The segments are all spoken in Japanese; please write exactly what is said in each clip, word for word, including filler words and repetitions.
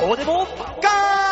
オデモガ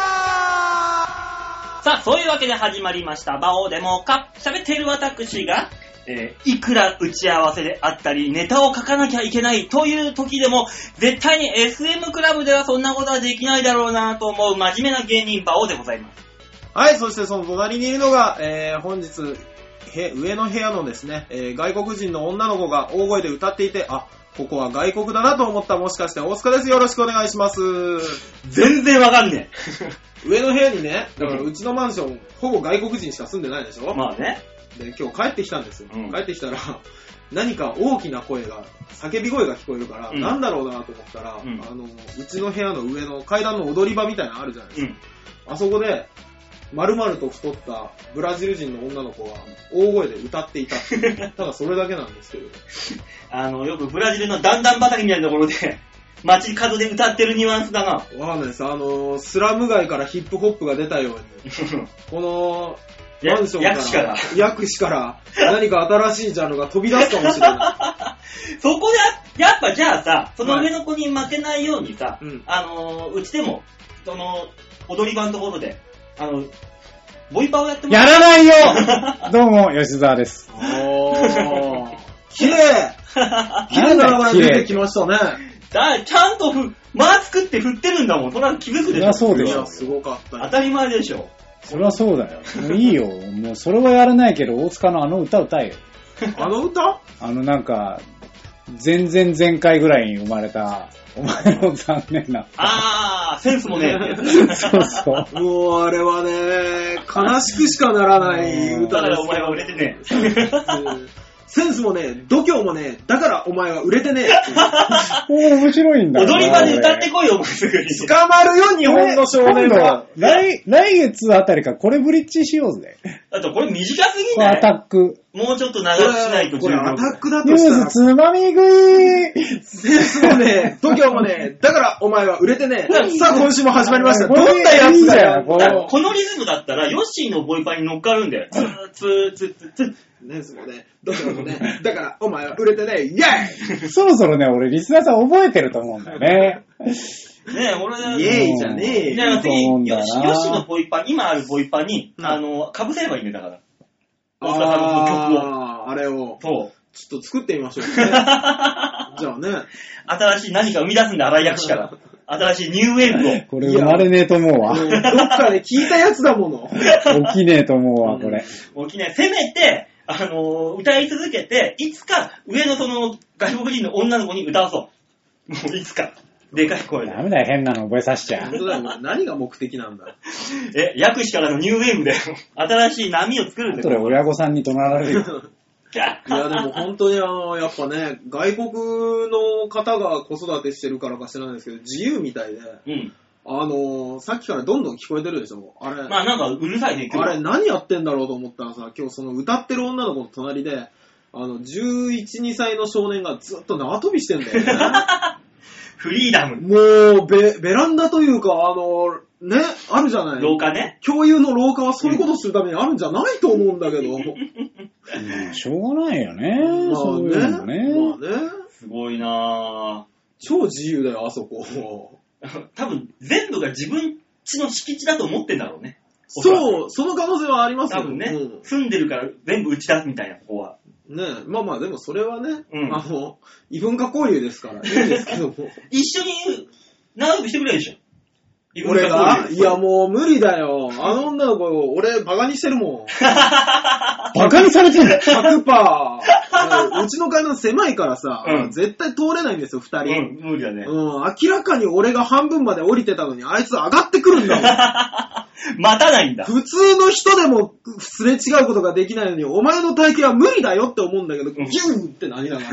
ー。さあ、そういうわけで始まりましたバオデモカ。喋っている私が、えー、いくら打ち合わせであったりネタを書かなきゃいけないという時でも絶対に エスエム クラブではそんなことはできないだろうなと思う真面目な芸人バオでございます。 はい、そしてその隣にいるのが、えー、本日へ上の部屋のですね、えー、外国人の女の子が大声で歌っていて、あ、ここは外国だなと思ったもしかして大塚です。よろしくお願いします。 全然わかんねえ。上の部屋にね、だからうちのマンション、ほぼ外国人しか住んでないでしょ。 まあね。 で、今日帰ってきたんですよ。うん、帰ってきたら、何か大きな声が、叫び声が聞こえるから、うん、なんだろうなと思ったら、うん、あの、うちの部屋の上の階段の踊り場みたいなのあるじゃないですか。うん、あそこで、丸々と太ったブラジル人の女の子が大声で歌っていた。ただそれだけなんですけど。 あの、よくブラジルの段々畑みたいなところで、街角で歌ってるニュアンスだな。 わかんないです。あの、スラム街からヒップホップが出たように、この、マンションから、薬師から、薬師から何か新しいジャンルが飛び出すかもしれない。 そこで、やっぱじゃあさ、その上の子に負けないようにさ、はい、あの、うちでも、その、踊り場のところで、あの、ボイパをやってもらう。 やらないよどうも、吉沢です。 おー。綺麗綺麗な名前出てきましたね。 だちゃんとふ、マスクって振ってるんだもん。それは気づくでしょ。それはそうでしょ。 いや、すごかった。 当たり前でしょ。 それはそうだよ。もういいよ。もうそれはやらないけど、大塚のあの歌歌えよ。 あの歌あのなんか、前々前回ぐらいに生まれた、お前の残念な。 あー、センスもね。 そうそう。 もうあれはね、悲しくしかならない歌です。 だからお前は売れてね。 センスもね、度胸もね、だからお前は売れてねえ。面白いんだよ。 踊り場で歌ってこいよ、お前すぐに。 捕まるよ、日本の少年は。 来、来月あたりか、これブリッジしようぜ。 だってこれ短すぎない？ アタック。 もうちょっと長くしないと。 これアタックだとしたら。 ニュースつまみ食い。 センスもね、度胸もね、だからお前は売れてね。さあ今週も始まりました。どんなやつだよ。 このリズムだったら、ヨッシーのボイパに乗っかるんだよ。ツーツーツーツーツー。 ね、そこね、どちらもね、だからお前は売れてね、イェイそろそろね、俺リスナーさん覚えてると思うんだよね。 ねえ、俺は、 イェイじゃねえ。 じゃあ次、ヨシのボイパ、今あるボイパに、うん、あの、被せればいいんだから。大塚さんの曲を。 ああ、あれを。 そう。 ちょっと作ってみましょうね。じゃあね。 新しい何か生み出すんだ、荒井薬師から。新しいニューウェーブを。 これ生まれねえと思うわ。 どっかで聞いたやつだもの。 起きねえと思うわ、これ。 起きねえ。せめて、あのー、歌い続けて、いつか上のその外国人の女の子に歌わそう。もういつか。でかい声で。 ダメだよ、変なの覚えさせちゃう。 本当だよ、何が目的なんだ。 え、薬師からのニューウェーブで新しい波を作るんだよ。 それ親御さんに怒鳴られるよ。 いやでも本当にあの、やっぱね、外国の方が子育てしてるからか知らないですけど、自由みたいで、うん、あのー、さっきからどんどん聞こえてるでしょ。あれ。 まあなんかうるさいね。 あれ何やってんだろうと思ったらさ、今日その歌ってる女の子の隣で、あの、じゅういち、にさいの少年がずっと縄跳びしてんだよね。 フリーダム。 もう、ベ、ベランダというか、あの、ね、あるじゃない。 廊下ね。 共有の廊下はそういうことするためにあるんじゃないと思うんだけど。 うん、しょうがないよね。まあ、そういうのね。 まあね。すごいなぁ。 超自由だよ、あそこ。 多分、全部が自分家の敷地だと思ってんだろうね。 そう、その可能性はありますよ。 多分ね、うん。住んでるから全部うちだみたいな、ここは。 ねえ、まあまあ、でもそれはね、うん、あの、異文化交流ですから、いいんですけども。 一緒に長くしてくれるでしょ。 俺がいやもう無理だよ。あの女の子、俺バカにしてるもん。 バカにされてんだよ。 ひゃくパーセント。うちの階段狭いからさ、うん、絶対通れないんですよ、二人。 うん、無理だね。 うん、明らかに俺が半分まで降りてたのに、あいつ上がってくるんだもん。 待たないんだ。 普通の人でもすれ違うことができないのに、お前の体型は無理だよって思うんだけど、ギューって何だから。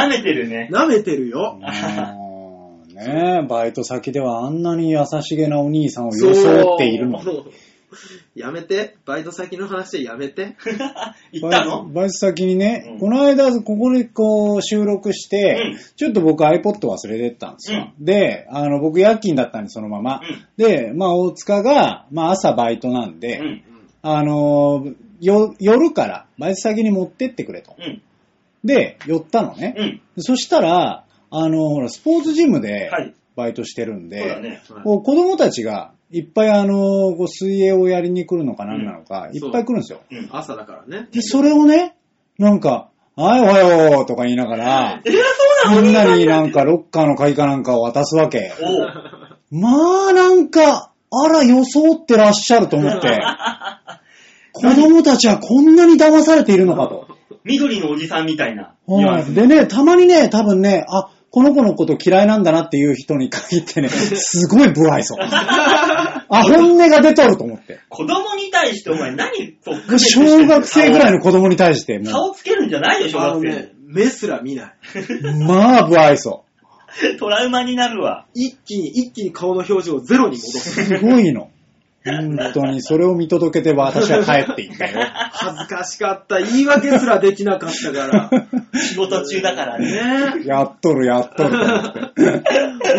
舐めてるね。 舐めてるよ。 ねえ、バイト先ではあんなに優しげなお兄さんを装っているの。 やめて。バイト先の話でやめて。 言ったの？バイト先にね、うん、この間ここでこう収録して、うん、ちょっと僕 iPod 忘れてったんですよ。うん、で、あの僕夜勤だったんでそのまま。うん、で、まあ大塚が、まあ朝バイトなんで、うん、あのよ、夜からバイト先に持ってってくれと。うん、で、寄ったのね。うん、そしたら、あの、ほら、スポーツジムで、はい、 バイトしてるんで、 そうだね。 こう子供たちがいっぱいあの、こう水泳をやりに来るのか何なのか、うん、いっぱい来るんですよ、 うん。朝だからね。 で、それをね、なんか、はい、おはようとか言いながら、 えー、そうなの？ みんなになんかロッカーの鍵かなんかを渡すわけ。まあなんか、あら装ってらっしゃると思って、子供たちはこんなに騙されているのかと。 緑のおじさんみたいな。 でね、たまにね、多分ね、あ、この子のこと嫌いなんだなっていう人に限ってね、すごい不愛想。あ、本音が出とると思って。 子供に対してお前何と小学生ぐらいの子供に対してもう。 顔つけるんじゃないよ、小学生。 ね、目すら見ない。 まあ、不愛想。 トラウマになるわ。 一気に、一気に顔の表情をゼロに戻す。 すごいの。本当に、それを見届けて私は帰っていったよ。 恥ずかしかった。言い訳すらできなかったから。 仕事中だからね。 やっとる、やっとると思って。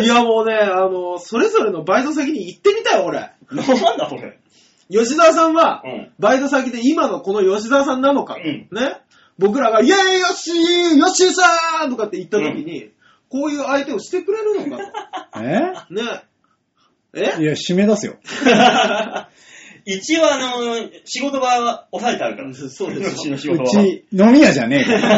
いやもうね、あの、それぞれのバイト先に行ってみたよ、俺。 なんだそれ。 吉沢さんは、 うん、 バイト先で今のこの吉沢さんなのか、 うん、 ね。僕らが、イェーイヨッシーヨッシーさんとかって言った時に、うん、こういう相手をしてくれるのかと。 えね。えいや、締め出すよ。 一応あの、仕事場は抑えてあるから。 そうです。 うち、飲み屋じゃねえから。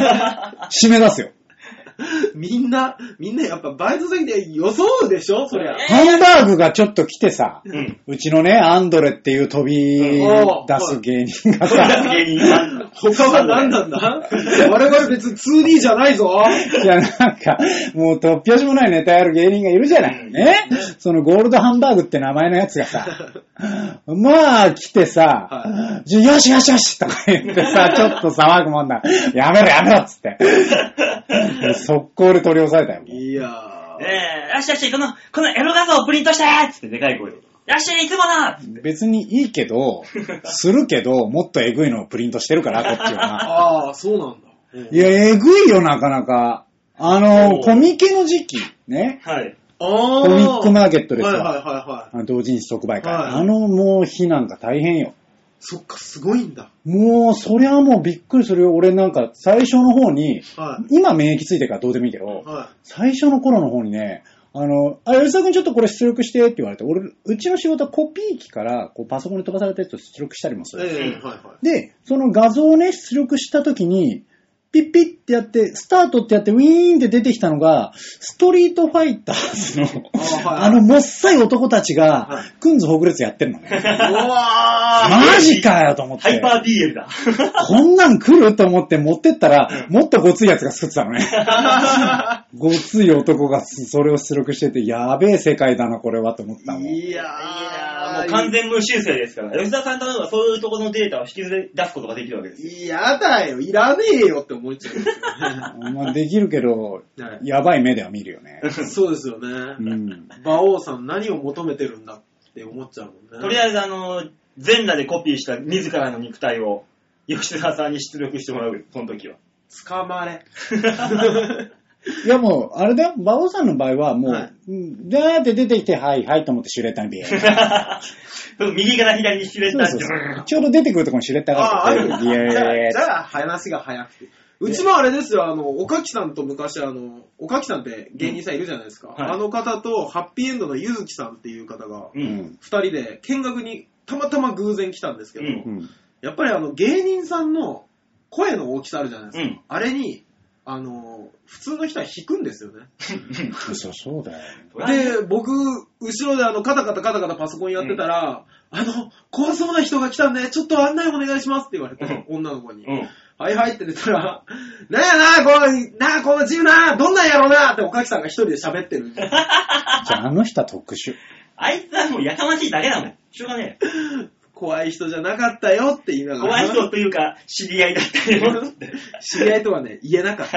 締め出すよ。 みんな、みんなやっぱバイト先で装うでしょそりゃ。 ハンバーグがちょっと来てさ、 うん、 うちのね、アンドレっていう飛び出す芸人がさ、 芸人さ他は何なんだ我々別に ツーディー じゃないぞ。 いや、なんか、もう突拍子もないネタやる芸人がいるじゃない。ね、そのゴールドハンバーグって名前のやつがさ、まあ来てさ、はい、よしよしよしとか言ってさ、ちょっと騒ぐもんだ。やめろやめろっつって。速攻で取り押さえたよ。 いやー。えー、よしよし、この、このエロ画像をプリントしてつってでかい声で。よし、いつもだ別にいいけど、するけど、もっとエグいのをプリントしてるから、こっちは。 ああ、そうなんだ。 いや、エグいよ、なかなか。あの、コミケの時期、ね。 はい。 コミックマーケットですわ。 はいはいはいはい。 同人誌即売会。 はい、 あの、もう日なんか大変よ。 そっか、すごいんだ。 もう、そりゃもうびっくりするよ。俺なんか、最初の方に、 はい、 今免疫ついてるからどうでもいいけど、 はい、 最初の頃の方にね、あの、あ、吉沢くんちょっとこれ出力してって言われて、俺、うちの仕事はコピー機からこうパソコンに飛ばされたやつを出力したりもする。 えーはいはい、 で、その画像をね、出力した時に、ピッピッってやって、スタートってやって、ウィーンって出てきたのが、ストリートファイターズの、あ, はい、あの、もっさい男たちが、はい、クンズほぐれつやってるのね。うわーマジかよと思って。 ハイパー ディーエル だ。 こんなん来ると思って持ってったら、もっとごついやつが作ってたのね。ごつい男がそれを出力してて、やべえ世界だな、これはと思ったもん。 いやー、もう完全無修正ですから。吉田さんとはそういうところのデータを引き出すことができるわけですよ。 いやだよ、いらねえよって思っちゃうんですよね。 まあできるけど、はい、やばい目では見るよね。 そうですよね。うん、馬王さん何を求めてるんだって思っちゃうもんね。 とりあえずあの、全裸でコピーした自らの肉体を吉田さんに出力してもらう、その時は。 捕まれ。 いやもう、あれだよ、馬王さんの場合はもう、はい、だーって出てきて、はいはいと思ってシュレッダーにビーン。右から左にシュレッダーに。 ちょうど出てくるところにシュレッダーがある。 ああ、じゃあ話が早くて。うちもあれですよ、あの、おかきさんと昔、あの、おかきさんって芸人さんいるじゃないですか。うんはい、あの方と、ハッピーエンドのゆずきさんっていう方が、二、うん、人で見学にたまたま偶然来たんですけど、うん、やっぱりあの、芸人さんの声の大きさあるじゃないですか。うん、あれに、あの、普通の人は引くんですよね。 そうそうだよ。 で、僕、後ろであの、カタカタカタカタパソコンやってたら、うん、あの、怖そうな人が来たんで、ちょっと案内お願いしますって言われて、うん、女の子に。うんはいはいって出たら、なあなあ、この、なあ、このチームなあ、どんなんやろうなっておかきさんが一人で喋ってる。じゃあ、あの人は特殊。 あいつはもうやかましいだけなのよ。しょうがねえ。 怖い人じゃなかったよって言いながら。 怖い人というか、知り合いだったよって。 知り合いとはね、言えなかった。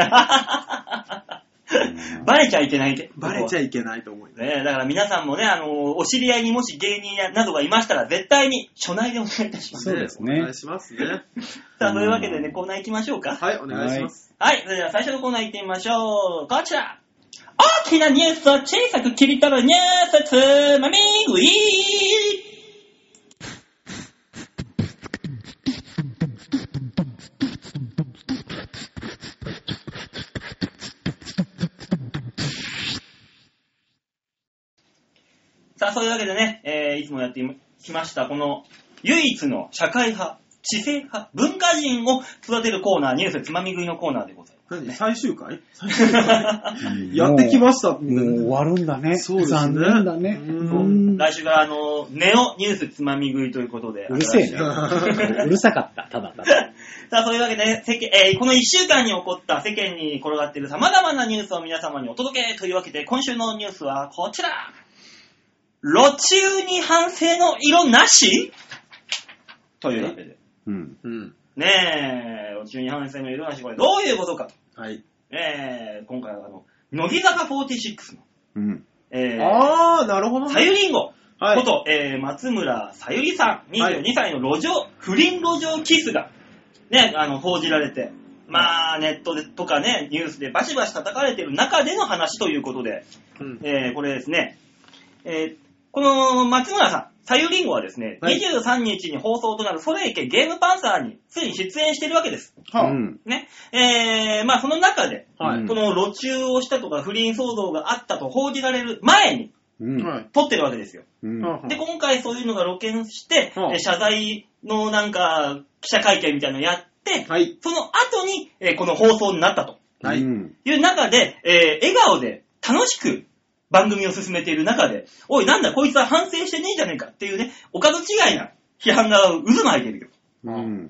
バレちゃいけないって。 バレちゃいけないと思う。 ねえ、だから皆さんもね、あの、お知り合いにもし芸人などがいましたら、絶対に署内でお願いいたします。 そうですね。 お願いしますね。 さあ、というわけでね、コーナー行きましょうか。 はい、お願いします。 はい、はい、それでは最初のコーナー行ってみましょう。こちら。大きなニュースを小さく切り取るニュースつまみ食い。 さあ、そういうわけでね、えー、いつもやってきました、この唯一の社会派、知性派、文化人を育てるコーナー、ニュースつまみ食いのコーナーでございます。 最終回最終回やってきました。もう終わるんだね。 そうですね。 残念だね。 うん来週からあの、ネオニュースつまみ食いということで。 うるせえね。うるさかった。ただただ。 さあ、そういうわけで、ね、世間えー、この一週間に起こった世間に転がっている様々なニュースを皆様にお届けというわけで、今週のニュースはこちら。路中に反省の色なしというわけで。 うん。 うん。 ねえ、路中に反省の色なし、これどういうことかと。 はい。 えー、今回はあの、乃木坂フォーティシックスの、 うん。 えー、 あー、なるほど、ね。 さゆりんごはい、 こと、えー、松村さゆりさん、にじゅうにさいの路上、はい、不倫路上キスが、ね、あの、報じられて、まあ、ネットでとかね、ニュースでバシバシ叩かれている中での話ということで、うん、えー、これですね、えー、この松村さん、さゆりんごはですね、はい、にじゅうさんにちに放送となるそれいけゲームパンサーについに出演しているわけです。 はあ、うん、 ね。えー、まあその中で、 はい、 この路中をしたとか不倫騒動があったと報じられる前に、うん、撮ってるわけですよ、うん。で、今回そういうのが露見して、うん、謝罪のなんか記者会見みたいなのをやって、はい、その後に、えー、この放送になったと、はい、いう中で、えー、笑顔で楽しく番組を進めている中で、おい、なんだ、こいつは反省してねえじゃねえかっていうね、お門違いな批判が渦巻いているよ。うん、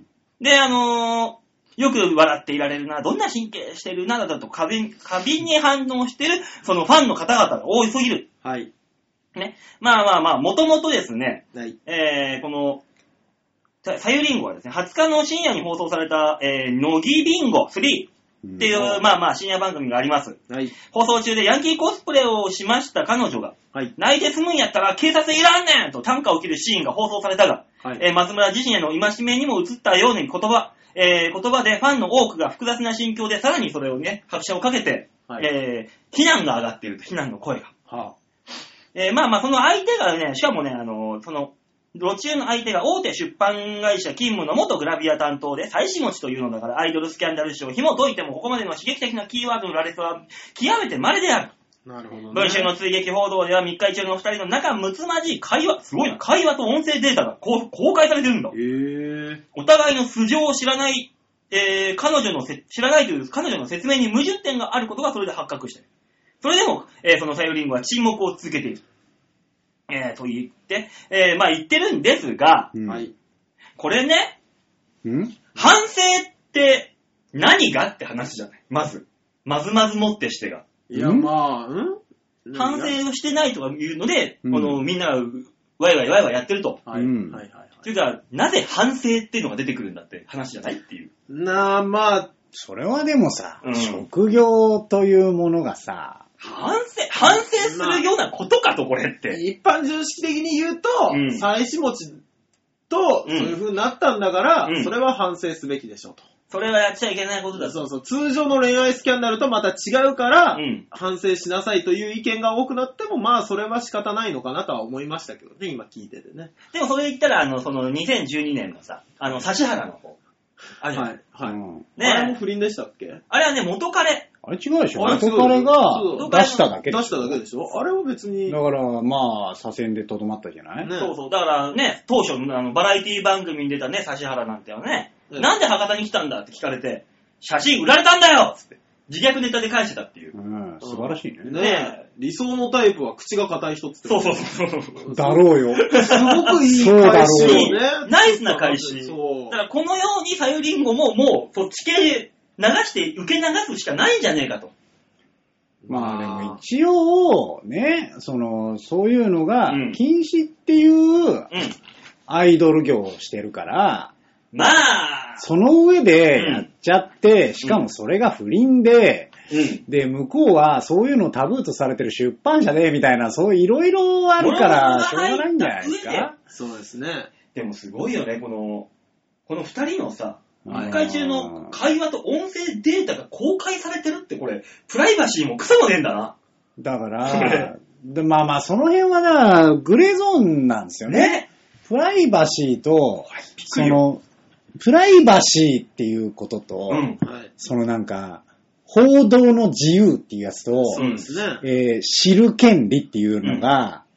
で、あのー、よく笑っていられるな、どんな神経してるな、だと過敏、過敏に反応してる、そのファンの方々が多いすぎる。 はい。 ね。まあまあまあ、もともとですね、 はい、 えー、この、さゆりんごはですね、はつかの深夜に放送された、えー、乃木ビンゴスリー。っていう、うん、まあまあ深夜番組があります、はい。放送中でヤンキーコスプレをしました彼女が、はい、泣いて済むんやったら警察いらんねんと短歌を切るシーンが放送されたが、はい、えー、松村自身への戒めにも映ったように言葉、えー、言葉でファンの多くが複雑な心境でさらにそれをね、拍車をかけて、はい、えー、非難が上がっていると、非難の声が。はあ、えー、まあまあその相手がね、しかもね、あのー、その、路中の相手が大手出版会社勤務の元グラビア担当で、妻子持ちというのだからアイドルスキャンダル史を紐解いてもここまでの刺激的なキーワードの羅列は極めて稀である。 なるほどね。 文春の追撃報道では密会中の二人の仲睦まじい会話、すごいな、会話と音声データが公開されてるんだ。 へー。 お互いの素性を知らない、えー、彼女のせ、知らないという彼女の説明に矛盾点があることがそれで発覚している。それでも、えー、そのさゆりんごは沈黙を続けている。えー、と言って、えー、まあ言ってるんですが、 うん、 これね、 ん反省って何がって話じゃないまず。まずまずもってしてが。 いや、まあ、ん反省をしてないとかいうので、うん、このみんながワイワイワイワイやってると。 はい。うん、はいはいはい。 というか、なぜ反省っていうのが出てくるんだって話じゃないっていう。 なあ、まあ、 それはでもさ、うん、職業というものがさ、 反省、反省するようなことかと、これって。 一般常識的に言うと、妻子持ちと、そういう風になったんだから、うん、それは反省すべきでしょうと。 それはやっちゃいけないことだと。 そうそう。通常の恋愛スキャンダルとまた違うから、うん、反省しなさいという意見が多くなっても、まあ、それは仕方ないのかなとは思いましたけどね、今聞いててね。 でもそれ言ったら、あの、そのにせんじゅうにねんのさ、あの、指原の方。 あれ、はい、はい。ね、 あれも不倫でしたっけ？ あれはね、元彼。 あれ違うでしょ？元彼が出しただけでしょ？ 出しただけでしょ？あれは別に。 だから、まあ、左遷でとどまったじゃない、 ね、そうそう。だからね、当初、あの、バラエティ番組に出たね、指原なんてはね、ねなんで博多に来たんだって聞かれて、写真売られたんだよつって。自虐ネタで返してたっていう。 うん、素晴らしいね。 ねえ。理想のタイプは口が硬い人って。 そうそうそうそう。 だろうよ。 すごくいい返しよね。 ナイスな返し。そう。だからこのようにさゆりんごももうそっち系流して受け流すしかないんじゃねえかと。 まあでも一応ね、そのそういうのが禁止っていうアイドル業をしてるから、 うん、まあその上でやっちゃって、うん、しかもそれが不倫で、うん、で向こうはそういうのタブーとされてる出版社でみたいなそういろいろあるからしょうがないんじゃないですか。 そうですね。 でもすごいよねこのこの二人のさ。密会中の会話と音声データが公開されてるってこれ、プライバシーもクソもねえんだな。 だから、でまあまあその辺はな、グレーゾーンなんですよね。ねプライバシーと、その、プライバシーっていうことと、うん、そのなんか、報道の自由っていうやつと、 そうですね。 えー、知る権利っていうのが、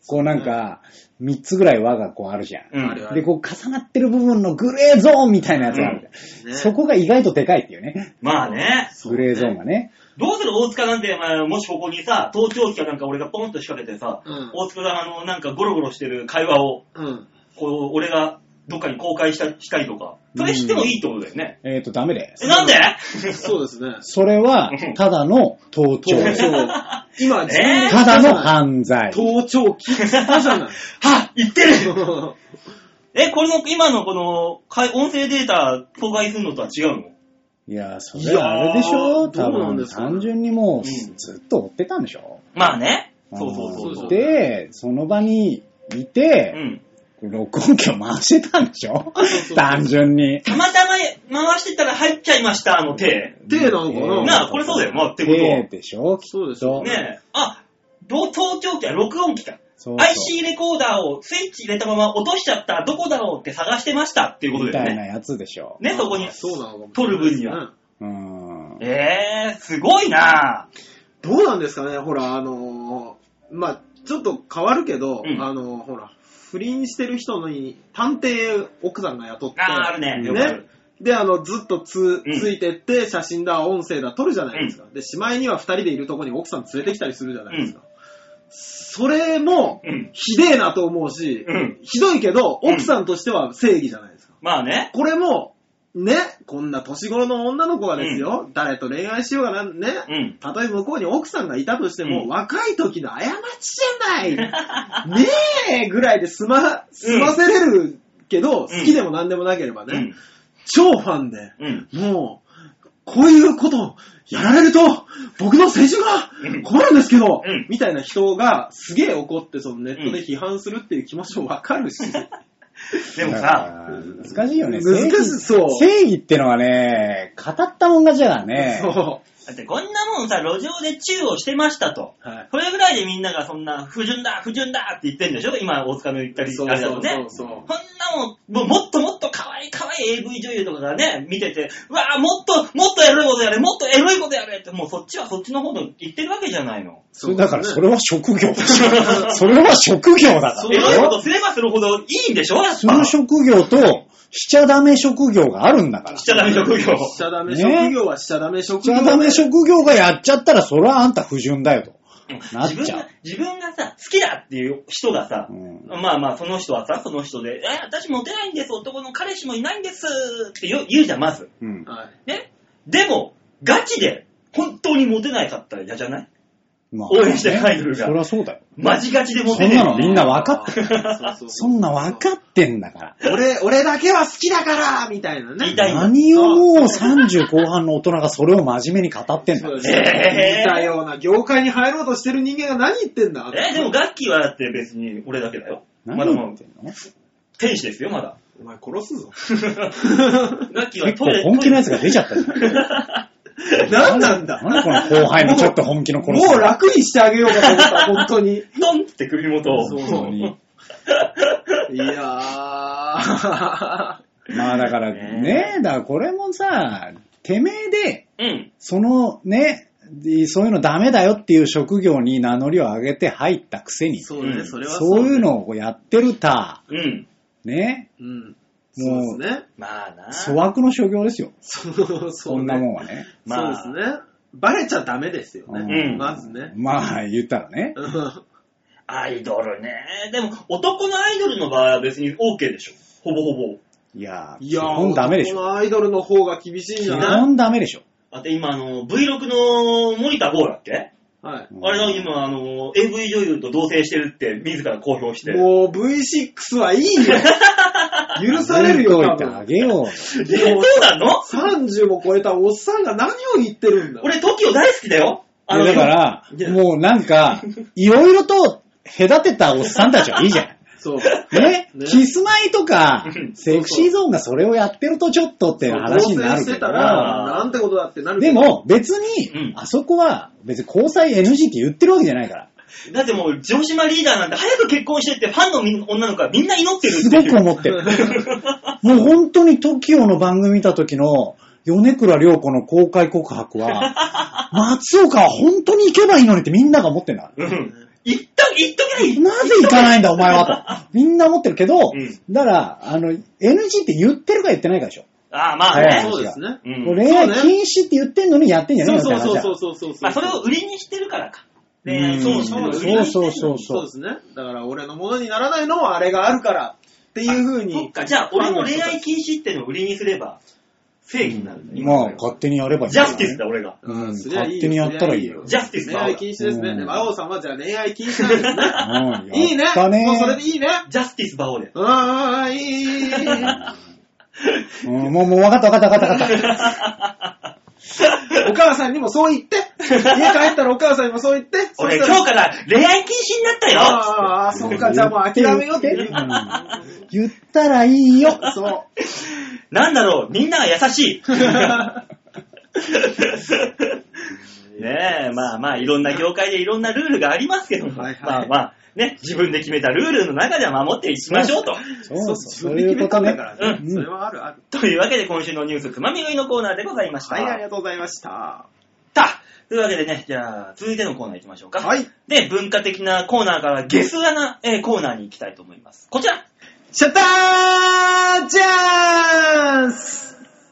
こうなんか、みっつぐらい輪がこうあるじゃん。 うん、 で、こう重なってる部分のグレーゾーンみたいなやつがあるじゃん。うんね、そこが意外とでかいっていうね。 まあね。 グレーゾーンがね。 どうする大塚なんて、まあ、もしここにさ、盗聴器かなんか俺がポンと仕掛けてさ、うん、大塚があの、なんかゴロゴロしてる会話を、うん、こう、俺がどっかに公開した、したりとか、それしてもいいってことだよね。 うん、えっ、ー、と、ダメです。 え、なんでそうですね。 それは、ただの盗聴。 今、 えー、ただの犯罪。 盗聴器じゃない。 は言ってるえ、これの、今のこの、音声データ公開するのとは違うの？ いや、それあれでしょ？多分、単純にもう、ずっと追ってたんでしょ？ まあね。そうそうそうそう。 で、その場にいて、うん、録音機を回してたんでしょ？単純に。 たまたま回してたら入っちゃいました、あの手。 手なのかな？ なあ、これそうだよ、まあ、ってことは。 手でしょ？ そうですよね。あ、盗聴器は録音機か。そうそう アイシー レコーダーをスイッチ入れたまま落としちゃったらどこだろうって探してましたっていうことだよね。 みたいなやつでしょ。 ね、そこに取る分には。うん、えー、すごいなぁ。どうなんですかね、ほら、あのー、まあちょっと変わるけど、うん、あのー、ほら、不倫してる人に探偵奥さんが雇って、 あ、あるね。 ね。で、あの、ずっとつ、ついてって、写真だ、音声だ、撮るじゃないですか。うん、で、しまいには二人でいるとこに奥さん連れてきたりするじゃないですか。うん、それも、ひでえなと思うし、うん、ひどいけど、奥さんとしては正義じゃないですか。 まあね。 これも、ね、こんな年頃の女の子がですよ、うん、誰と恋愛しようがなんね、うん、たとえ向こうに奥さんがいたとしても、うん、若い時の過ちじゃないねえぐらいで済ま、済ませれるけど、うん、好きでも何でもなければね、うん、超ファンで、うん、もう、こういうことをやられると、僕の青春が困るんですけど、うん、みたいな人がすげえ怒って、そのネットで批判するっていう気持ちもわかるし、 でもさ、 難しいよね。 難しい、そう。 正義ってのはね、語ったもん勝ちだからね。 そう。だってこんなもんさ、路上でチューをしてましたと。はい。それぐらいでみんながそんな、不純だ、不純だって言ってんでしょ？今、大塚の言ったり、あれだとね。そうそうそう。こんなもん、もうもっともっと可愛い可愛い エーブイ 女優とかがね、見てて、うわぁ、もっと、もっとエロいことやれ、もっとエロいことやれって、もうそっちはそっちの方の言ってるわけじゃないの。 それだからそれは職業でしょ。それは職業だから。 エロいことすればするほどいいんでしょ？やっぱ。 その職業と、しちゃダメ職業があるんだから。 しちゃダメ職業。 しちゃダメ職業はしちゃダメ職業、ね。 しちゃダメ職業がやっちゃったら、それはあんた不純だよと。なっちゃう。 自分が、自分がさ、好きだっていう人がさ、うん、まあまあその人はさ、その人で、え、私モテないんです、男の彼氏もいないんですって言う、言うじゃん、まず。うん、ね。でも、ガチで、本当にモテないかったら嫌じゃない？まあ、応援してるアイドルが。 そりゃそうだよ。 マジガチでモテねえ。 そんなのみんな分かってる。そんな分かってんだから。 俺、俺だけは好きだからみたいなね。 何をもうさんじゅう後半の大人がそれを真面目に語ってんだよ。 えー、似たような業界に入ろうとしてる人間が何言ってんだ。 えー、でもガッキーはだって別に俺だけだよ。 何言ってんの？ 天使ですよ、まだ。 お前殺すぞ。 ガッキーは結構本気のやつが出ちゃったじゃん。 何なんだ何この後輩のちょっと本気の殺す。もう楽にしてあげようかと思った、本当に。 トンって首元を。 そうに。いやー。 まあだからね、だからこれもさ、てめえで、うん、そのね、そういうのダメだよっていう職業に名乗りを上げて入ったくせに、 そうね、それはそうそういうのをやってるた、 うん、 ね、うん、もう、 ね、 まあな。 粗悪の所業ですよ。 そうそうね。 そんなもんはね。 まあ、そうですね。バレちゃダメですよね。うん、まずね。 まあ、言ったらね。 アイドルね。でも、男のアイドルの場合は別に OK でしょ。ほぼほぼ。 いや、 いや基本ダメでしょ。 男のアイドルの方が厳しいんじゃない？ 基本ダメでしょ。 だって今、あの、ブイろく の森田剛だっけ？はい。あれが今、あの、エーブイ 女優と同棲してるって自ら公表して。 もう ブイシックス はいいよ。許されるよ、 多分。あげよう。 そうなの ? さんじゅう も超えたおっさんが何を言ってるんだ。 俺、トキオ大好きだよ。 あのだから、もうなんか、いろいろと隔てたおっさんたちはいいじゃん。 そう。 ね、ね、キスマイとか、セクシーゾーンがそれをやってるとちょっとって話になるけど。 してたら、なんてことだってなるけど。でも、別に、うん、あそこは、別に交際 エヌジー って言ってるわけじゃないから。 だってもう、城島リーダーなんて早く結婚してってファンの女の子はみんな祈ってるって。 すごく思ってる。もう本当に トキオ の番組見た時の、米倉涼子の公開告白は、松岡は本当に行けばいいのにってみんなが思ってんだ。うん、 言っと、言っときゃいい。 なぜ行かないんだお前はと。みんな思ってるけど、うん、だから、あの、エヌジー って言ってるか言ってないかでしょ。 ああ、まあね。 そうですね。 うん、恋愛禁止って言ってんのにやってんじゃねえのそうそうそうそうそうそう。 まあ、それを売りにしてるからか。恋愛禁止。そうそうそうそう。 そうですね。だから俺のものにならないのはあれがあるから。っていう風に。 そっか、じゃあ俺の恋愛禁止ってのを売りにすれば、正義になる、ね。 まあ、勝手にやればいい、 ね。ジャスティスだ、俺が。 うん、勝手にやったらいいよ。 ジャスティスだ。 恋愛禁止ですね。馬王さんはじゃあ恋愛禁止なんですね。いいね。もうそれでいいね。 ジャスティス馬王で。 ああ、いい。 うん、もう、もう分かった分かった分かった分かった。 お母さんにもそう言って。家帰ったらお母さんにもそう言って。 俺今日から恋愛禁止になったよ。 ああ、そっか、じゃあもう諦めようって言う。 言ったらいいよ。 そう。 なんだろう、みんなが優しい。ねえ、まあまあ、いろんな業界でいろんなルールがありますけども、はいはい、まあまあ、ね、自分で決めたルールの中では守っていきましょうと。 そうそう、そういうことね。うん。それはあるある。 というわけで今週のニュースつまみ食いのコーナーでございました。 はい、ありがとうございました。 たというわけでね、じゃあ、続いてのコーナー行きましょうか。 はい。 で、文化的なコーナーからゲス穴、えー、コーナーに行きたいと思います。こちらシャッターチャンス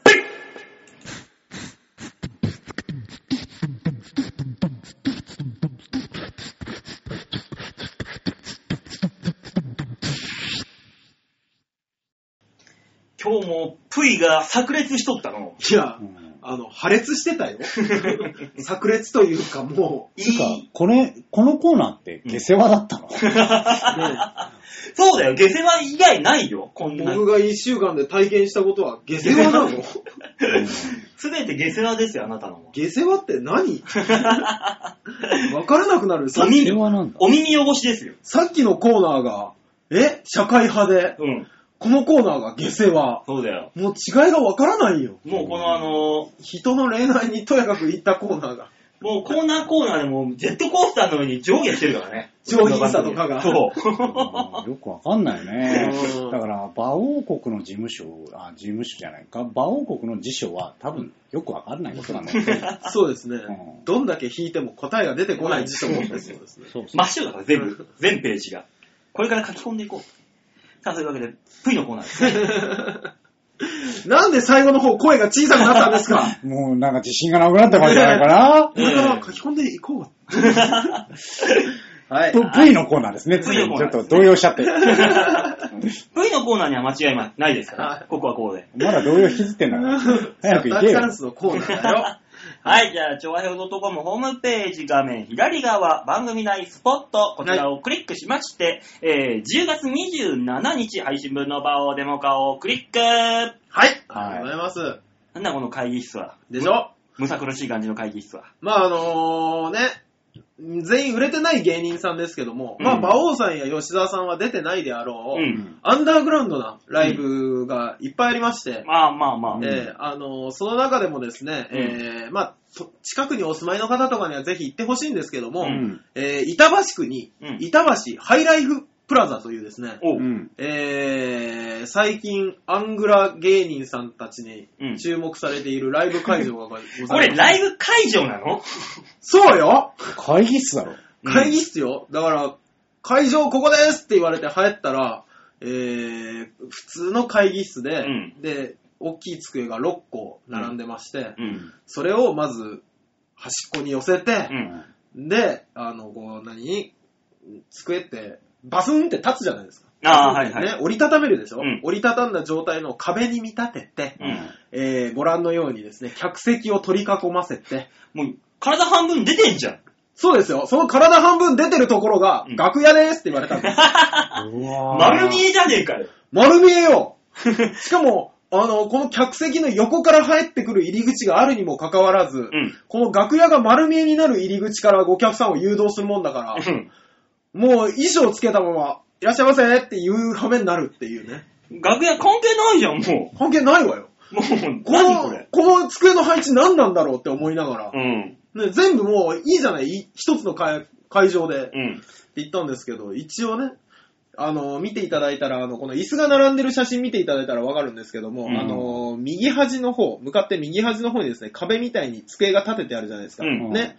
今日もプイが炸裂しとったの。 いや、うん、あの、破裂してたよ。炸裂というかもう。 いいか、これ、このコーナーって下世話だったの、うんね、 そうだよ、下世話以外ないよ、こんな。 僕が一週間で体験したことは下世話なのすべて下世話ですよ、あなたの。 下世話って何わからなくなる。 下世話なんだ。 お耳汚しですよ。 さっきのコーナーが、え社会派で。うん。このコーナーが下世話。 そうだよ。 もう違いがわからないよ。 もうこのあのー、 人の恋愛にとやかく言ったコーナーが。 もうコーナーコーナーでもジェットコースターの上に上下してるからね。 上品さとかが。 そう。 よくわかんないね。だから、馬王国の事務所、あ、事務所じゃないか。馬王国の辞書は多分よくわかんないことなんだよね。 そうですね、うん。どんだけ引いても答えが出てこない辞書もそうですね。 真っ白だから全部、全ページが。これから書き込んでいこう。さあ、そういうわけで、プイのコーナーですね。 なんで最後の方声が小さくなったんですかもうなんか自信がなくなったからじゃないかな。 これから書き込んでいこう。 はい。プイのコーナーですね。 プイのコーナー。 ちょっと動揺しちゃって。 プイのコーナーには間違いないですから。ここはこうで。 まだ動揺引きずってんだから。早く行けよ。 チャンスのコーナーだよ。 はい、じゃあ、ちょわへお .com ホームページ画面左側、番組内スポット、こちらをクリックしまして、はい、えー、じゅうがつにじゅうしちにち配信分の場をデモ化をクリック。はい。 ありがとうございます。 なんだこの会議室は。 でしょ？ むさ苦しい感じの会議室は。 まあ、あのー、ね。全員売れてない芸人さんですけども、うん、まあ、馬王さんや吉沢さんは出てないであろう、うん、アンダーグラウンドなライブがいっぱいありまして、 うん、まあまあまあ、 えー、あのー、その中でもですね、うん、えー、まあ、近くにお住まいの方とかにはぜひ行ってほしいんですけども、うん、えー、板橋区に、板橋ハイライフプラザというですね、うん、えー、最近アングラ芸人さんたちに注目されているライブ会場がございます。 これライブ会場なの？ そうよ！ 会議室だろ。 会議室よ。だから、会場ここですって言われて入ったら、えー、普通の会議室で、うん、で、大きい机がろっこ並んでまして、うん、それをまず端っこに寄せて、うん、で、あの、こう、何？机って、バスンって立つじゃないですか。 ああ、はいはい。 ね、折りたためるでしょ、うん、折りたたんだ状態の壁に見立てて、うんえー、ご覧のようにですね、客席を取り囲ませて、 もう、体半分出てんじゃん。 そうですよ。その体半分出てるところが、うん、楽屋ですって言われたんです。 うわ丸見えじゃねえかよ。 丸見えよ。しかも、あの、この客席の横から入ってくる入り口があるにもかかわらず、うん、この楽屋が丸見えになる入り口からお客さんを誘導するもんだから、うんもう衣装つけたまま、いらっしゃいませっていう羽目になるっていうね。 楽屋関係ないじゃん、もう。関係ないわよ。 もう、 この、これこの机の配置何なんだろうって思いながら。うん。ね、全部もういいじゃない、一つの会会場で。うん。って言ったんですけど、一応ね、あの、見ていただいたら、あの、この椅子が並んでる写真見ていただいたらわかるんですけども、うん、あの、右端の方、向かって右端の方にですね、壁みたいに机が立ててあるじゃないですか。うん、ね。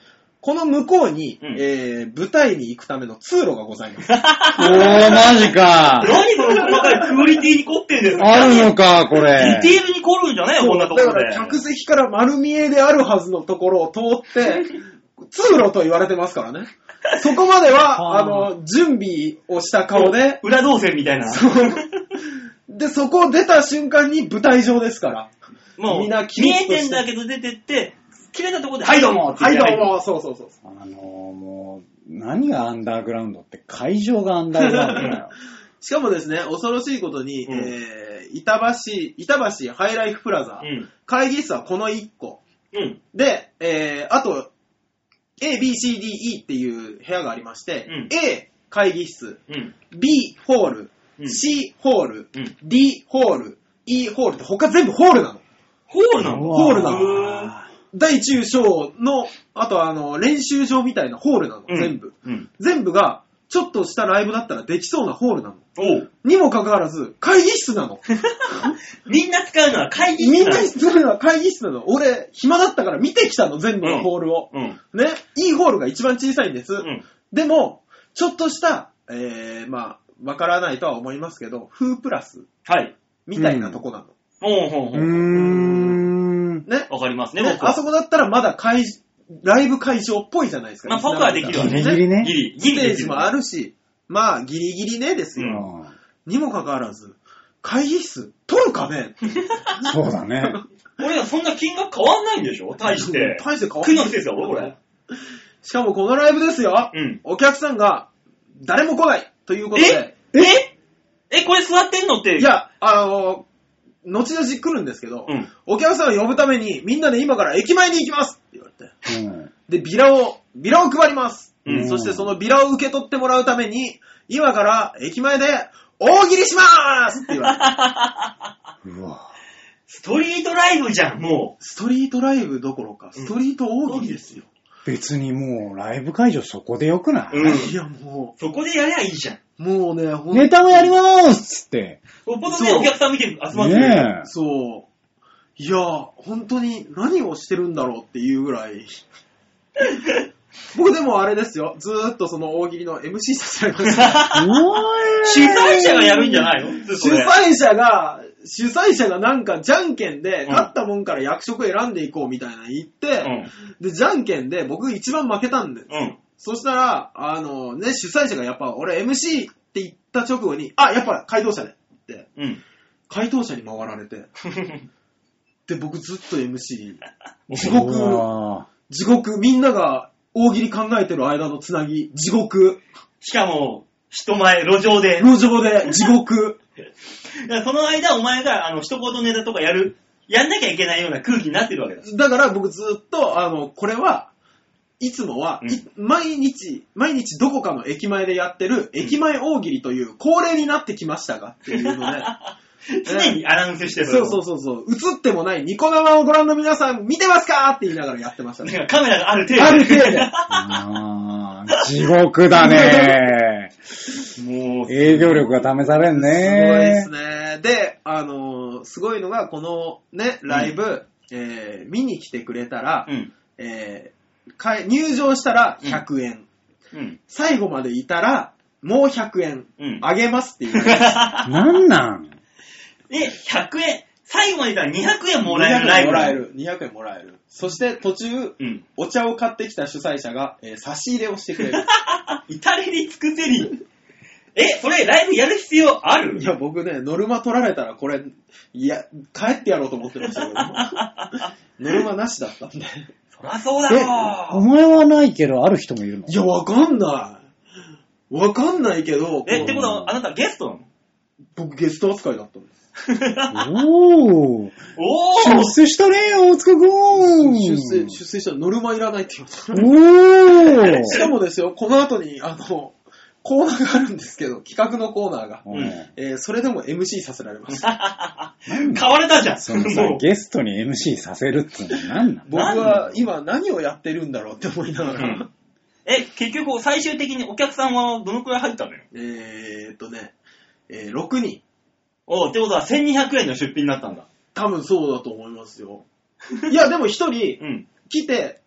この向こうに、うん、えー、舞台に行くための通路がございます。おー、 マジか。 何その細かいクオリティに凝ってんですか？ あるのか、これ。 ディテールに凝るんじゃねえよ、こんなところで。 だから客席から丸見えであるはずのところを通って、通路と言われてますからね。そこまでは、あの、準備をした顔で。 裏動線みたいな。 そう。で、そこを出た瞬間に舞台上ですから。 もう、みんな見えてんだけど出てって、綺麗なところで、はいどうもはいどうもそうそうそう。 あのー、もう、何がアンダーグラウンドって会場がアンダーグラウンドだよ。 しかもですね、恐ろしいことに、うん、えー、板橋、板橋ハイライフプラザ、うん、会議室はこのいっこ。うん、で、えー、あと、A、B、C、D、E っていう部屋がありまして、うん、A、会議室、うん、B、ホール、うん、C、ホール、うん、D、ホール、E、ホールって他全部ホールなの。 ホールなの？ ホールなの。大中小の、あとあの、練習場みたいなホールなの、うん、全部、うん。全部が、ちょっとしたライブだったらできそうなホールなの。おうにもかかわらず、会議室なの。 みんな使うのは会議室なの。みんな使うのは会議室なの。俺、暇だったから見てきたの、全部のホールを。うんうん、ね、いいホールが一番小さいんです。うん、でも、ちょっとした、えー、まあ、わからないとは思いますけど、フープラス。はい。みたいなとこなの。うん、ほうほうほう。うーん。ね。 わかりますね、 ね、あそこだったらまだ会、ライブ会場っぽいじゃないですか。 まあ、僕はできるわね。 ギリギリね。 ギリ。 ギリ。ステージもあるし、まあ、ギリギリねですよ。うん、にもかかわらず、会議室、取るかねそうだね。 俺はそんな金額変わんないんでしょ大して。 大して変わんない。 苦の施設だろ、これ。 しかもこのライブですよ。うん。お客さんが、誰も来ないということで。 えええ、これ座ってんのって。 いや、あのー、後々来るんですけど、うん、お客さんを呼ぶために、みんなで今から駅前に行きますって言われて。うん、で、ビラを、ビラを配ります。うん、そしてそのビラを受け取ってもらうために、今から駅前で大喜利しまーすって言われて。 うわストリートライブじゃん、もう。 ストリートライブどころか、ストリート大喜利ですよ。 うん、別にもう、ライブ会場そこでよくない、 うん、いやもう。そこでやりゃいいじゃん。 もうね、 ほんとネタもやりまーすつって。 おぽとね、お客さん見て集まってる。 ねえ。そう。いや、本当に何をしてるんだろうっていうぐらい。僕でもあれですよ。ずーっとその大喜利の エムシー させられました。 主催者がやるんじゃないの？ 主催者が、主催者がなんかじゃんけんで、勝ったもんから役職選んでいこうみたいな言って、うん、で、じゃんけんで僕一番負けたんです。うん、そしたら、あのね、主催者がやっぱ俺 エムシー って言った直後に、あ、やっぱ回答者でって、うん、回答者に回られて、で、僕ずっと エムシー、地獄、地獄、みんなが大喜利考えてる間のつなぎ、地獄。 しかも、人前、路上で。 路上で、地獄。 その間、お前が、あの、一言ネタとかやる、やんなきゃいけないような空気になってるわけだ。 だから僕ずっと、あの、これは、いつもは、うん、毎日、毎日どこかの駅前でやってる、駅前大喜利という恒例になってきましたが、っていうので、 常にアナウンスしてる。 そうそうそうそう。映ってもないニコ生をご覧の皆さん見てますかって言いながらやってましたね。 カメラがある程度。 ある程度。 あ地獄だね。もう、営業力が試されんね。 すごいですね。で、あのー、すごいのが、このね、ライブ、うん、えー、見に来てくれたら、うん、えー、入場したらひゃくえん、うんうん。最後までいたら、もうひゃくえん、うん、あげますって言う。 なんなんえ、ひゃくえん。最後までいたらにひゃくえんもらえるライブ。 もらえる。にひゃくえんもらえる。そして途中、うん、お茶を買ってきた主催者が、えー、差し入れをしてくれる。 至れり尽くせり。え、それライブやる必要ある？ いや、僕ね、ノルマ取られたらこれ、いや、帰ってやろうと思ってましたけど。ノルマなしだったんで。 そりゃそうだろう。 お前はないけど、ある人もいるの？ いや、わかんない。わかんないけど。 え、ってことは、あなたゲストなの？ 僕ゲスト扱いだったんです。 おー。おー出世したねー、大塚くん。 出世、出世したらノルマいらないって言われた。おー。しかもですよ、この後に、あの、コーナーがあるんですけど、企画のコーナーが。うんえー、それでも エムシー させられます。 変われたじゃん。 そのさ、ゲストに エムシー させるってのは何なの？ 僕は今何をやってるんだろうって思いながら。うん、 え、結局最終的にお客さんはどのくらい入ったのよ？ えーっとね、えー、ろくにん。 おってことはせんにひゃくえんの出費になったんだ。 多分そうだと思いますよ。いや、でも一人、来て、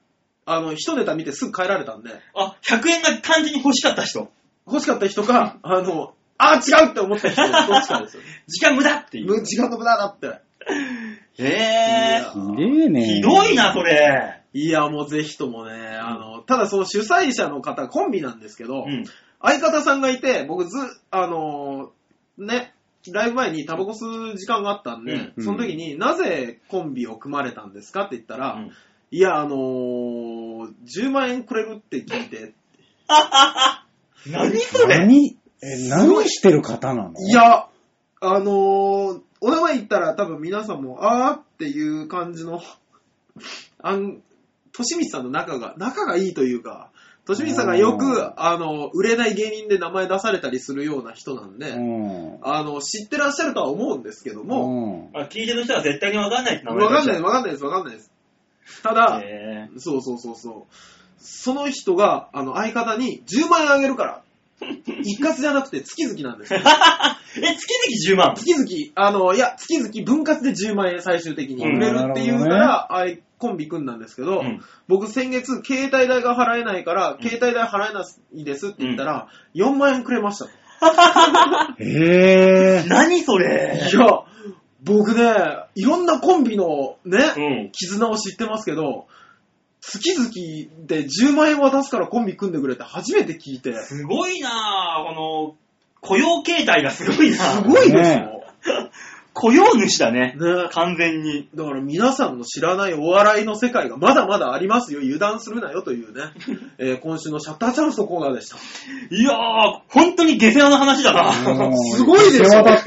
あの、一ネタ見てすぐ帰られたんで。 あ、ひゃくえんが単純に欲しかった人。 欲しかった人か、あの、あー違うって思った人、どっちかですよ。 時間無駄っていう。 時間の無駄だって。 へぇー。ひでえね。 ひどいな、それ。 いや、もうぜひともね、あの、ただその主催者の方、コンビなんですけど、 うん、 相方さんがいて、僕ず、あの、ね、ライブ前にタバコ吸う時間があったんで、うん、その時に、なぜコンビを組まれたんですかって言ったら、うん、いや、あのー、じゅうまんえんくれるって聞いて。 何それ何え、何してる方なの？ いや、あのー、お名前言ったら多分皆さんも、あーっていう感じの、あん、としみつさんの仲が、仲がいいというか、としみつさんがよく、あの、売れない芸人で名前出されたりするような人なんで、あの、知ってらっしゃるとは思うんですけども、 あ、聞いてる人は絶対にわかんないって名前わかんないです、わかんないです、わかんないです。ただ、そうそうそうそう、その人が、あの、相方にじゅうまんえんあげるから、一括じゃなくて月々なんですよ。え、 月々じゅうまん？ 月々、あの、いや、月々分割でじゅうまんえん最終的に売れるっていうから、うんね、コンビ組んだんですけど、うん、僕先月、携帯代が払えないから、うん、携帯代払えないですって言ったら、うん、よんまんえんくれました。 へぇー。 何それ？ いや、僕ね、いろんなコンビのね、うん、絆を知ってますけど、月々でじゅうまんえん渡すからコンビ組んでくれって初めて聞いて。 すごいなぁ、この、雇用形態がすごいなぁ。 すごいですよ。ね、 雇用主だね。 ね。 完全に。 だから皆さんの知らないお笑いの世界がまだまだありますよ。油断するなよというね。えー、今週のシャッターチャンスのコーナーでした。 いやー、本当に下世話の話だな。 すごいでしょ。下世話だった。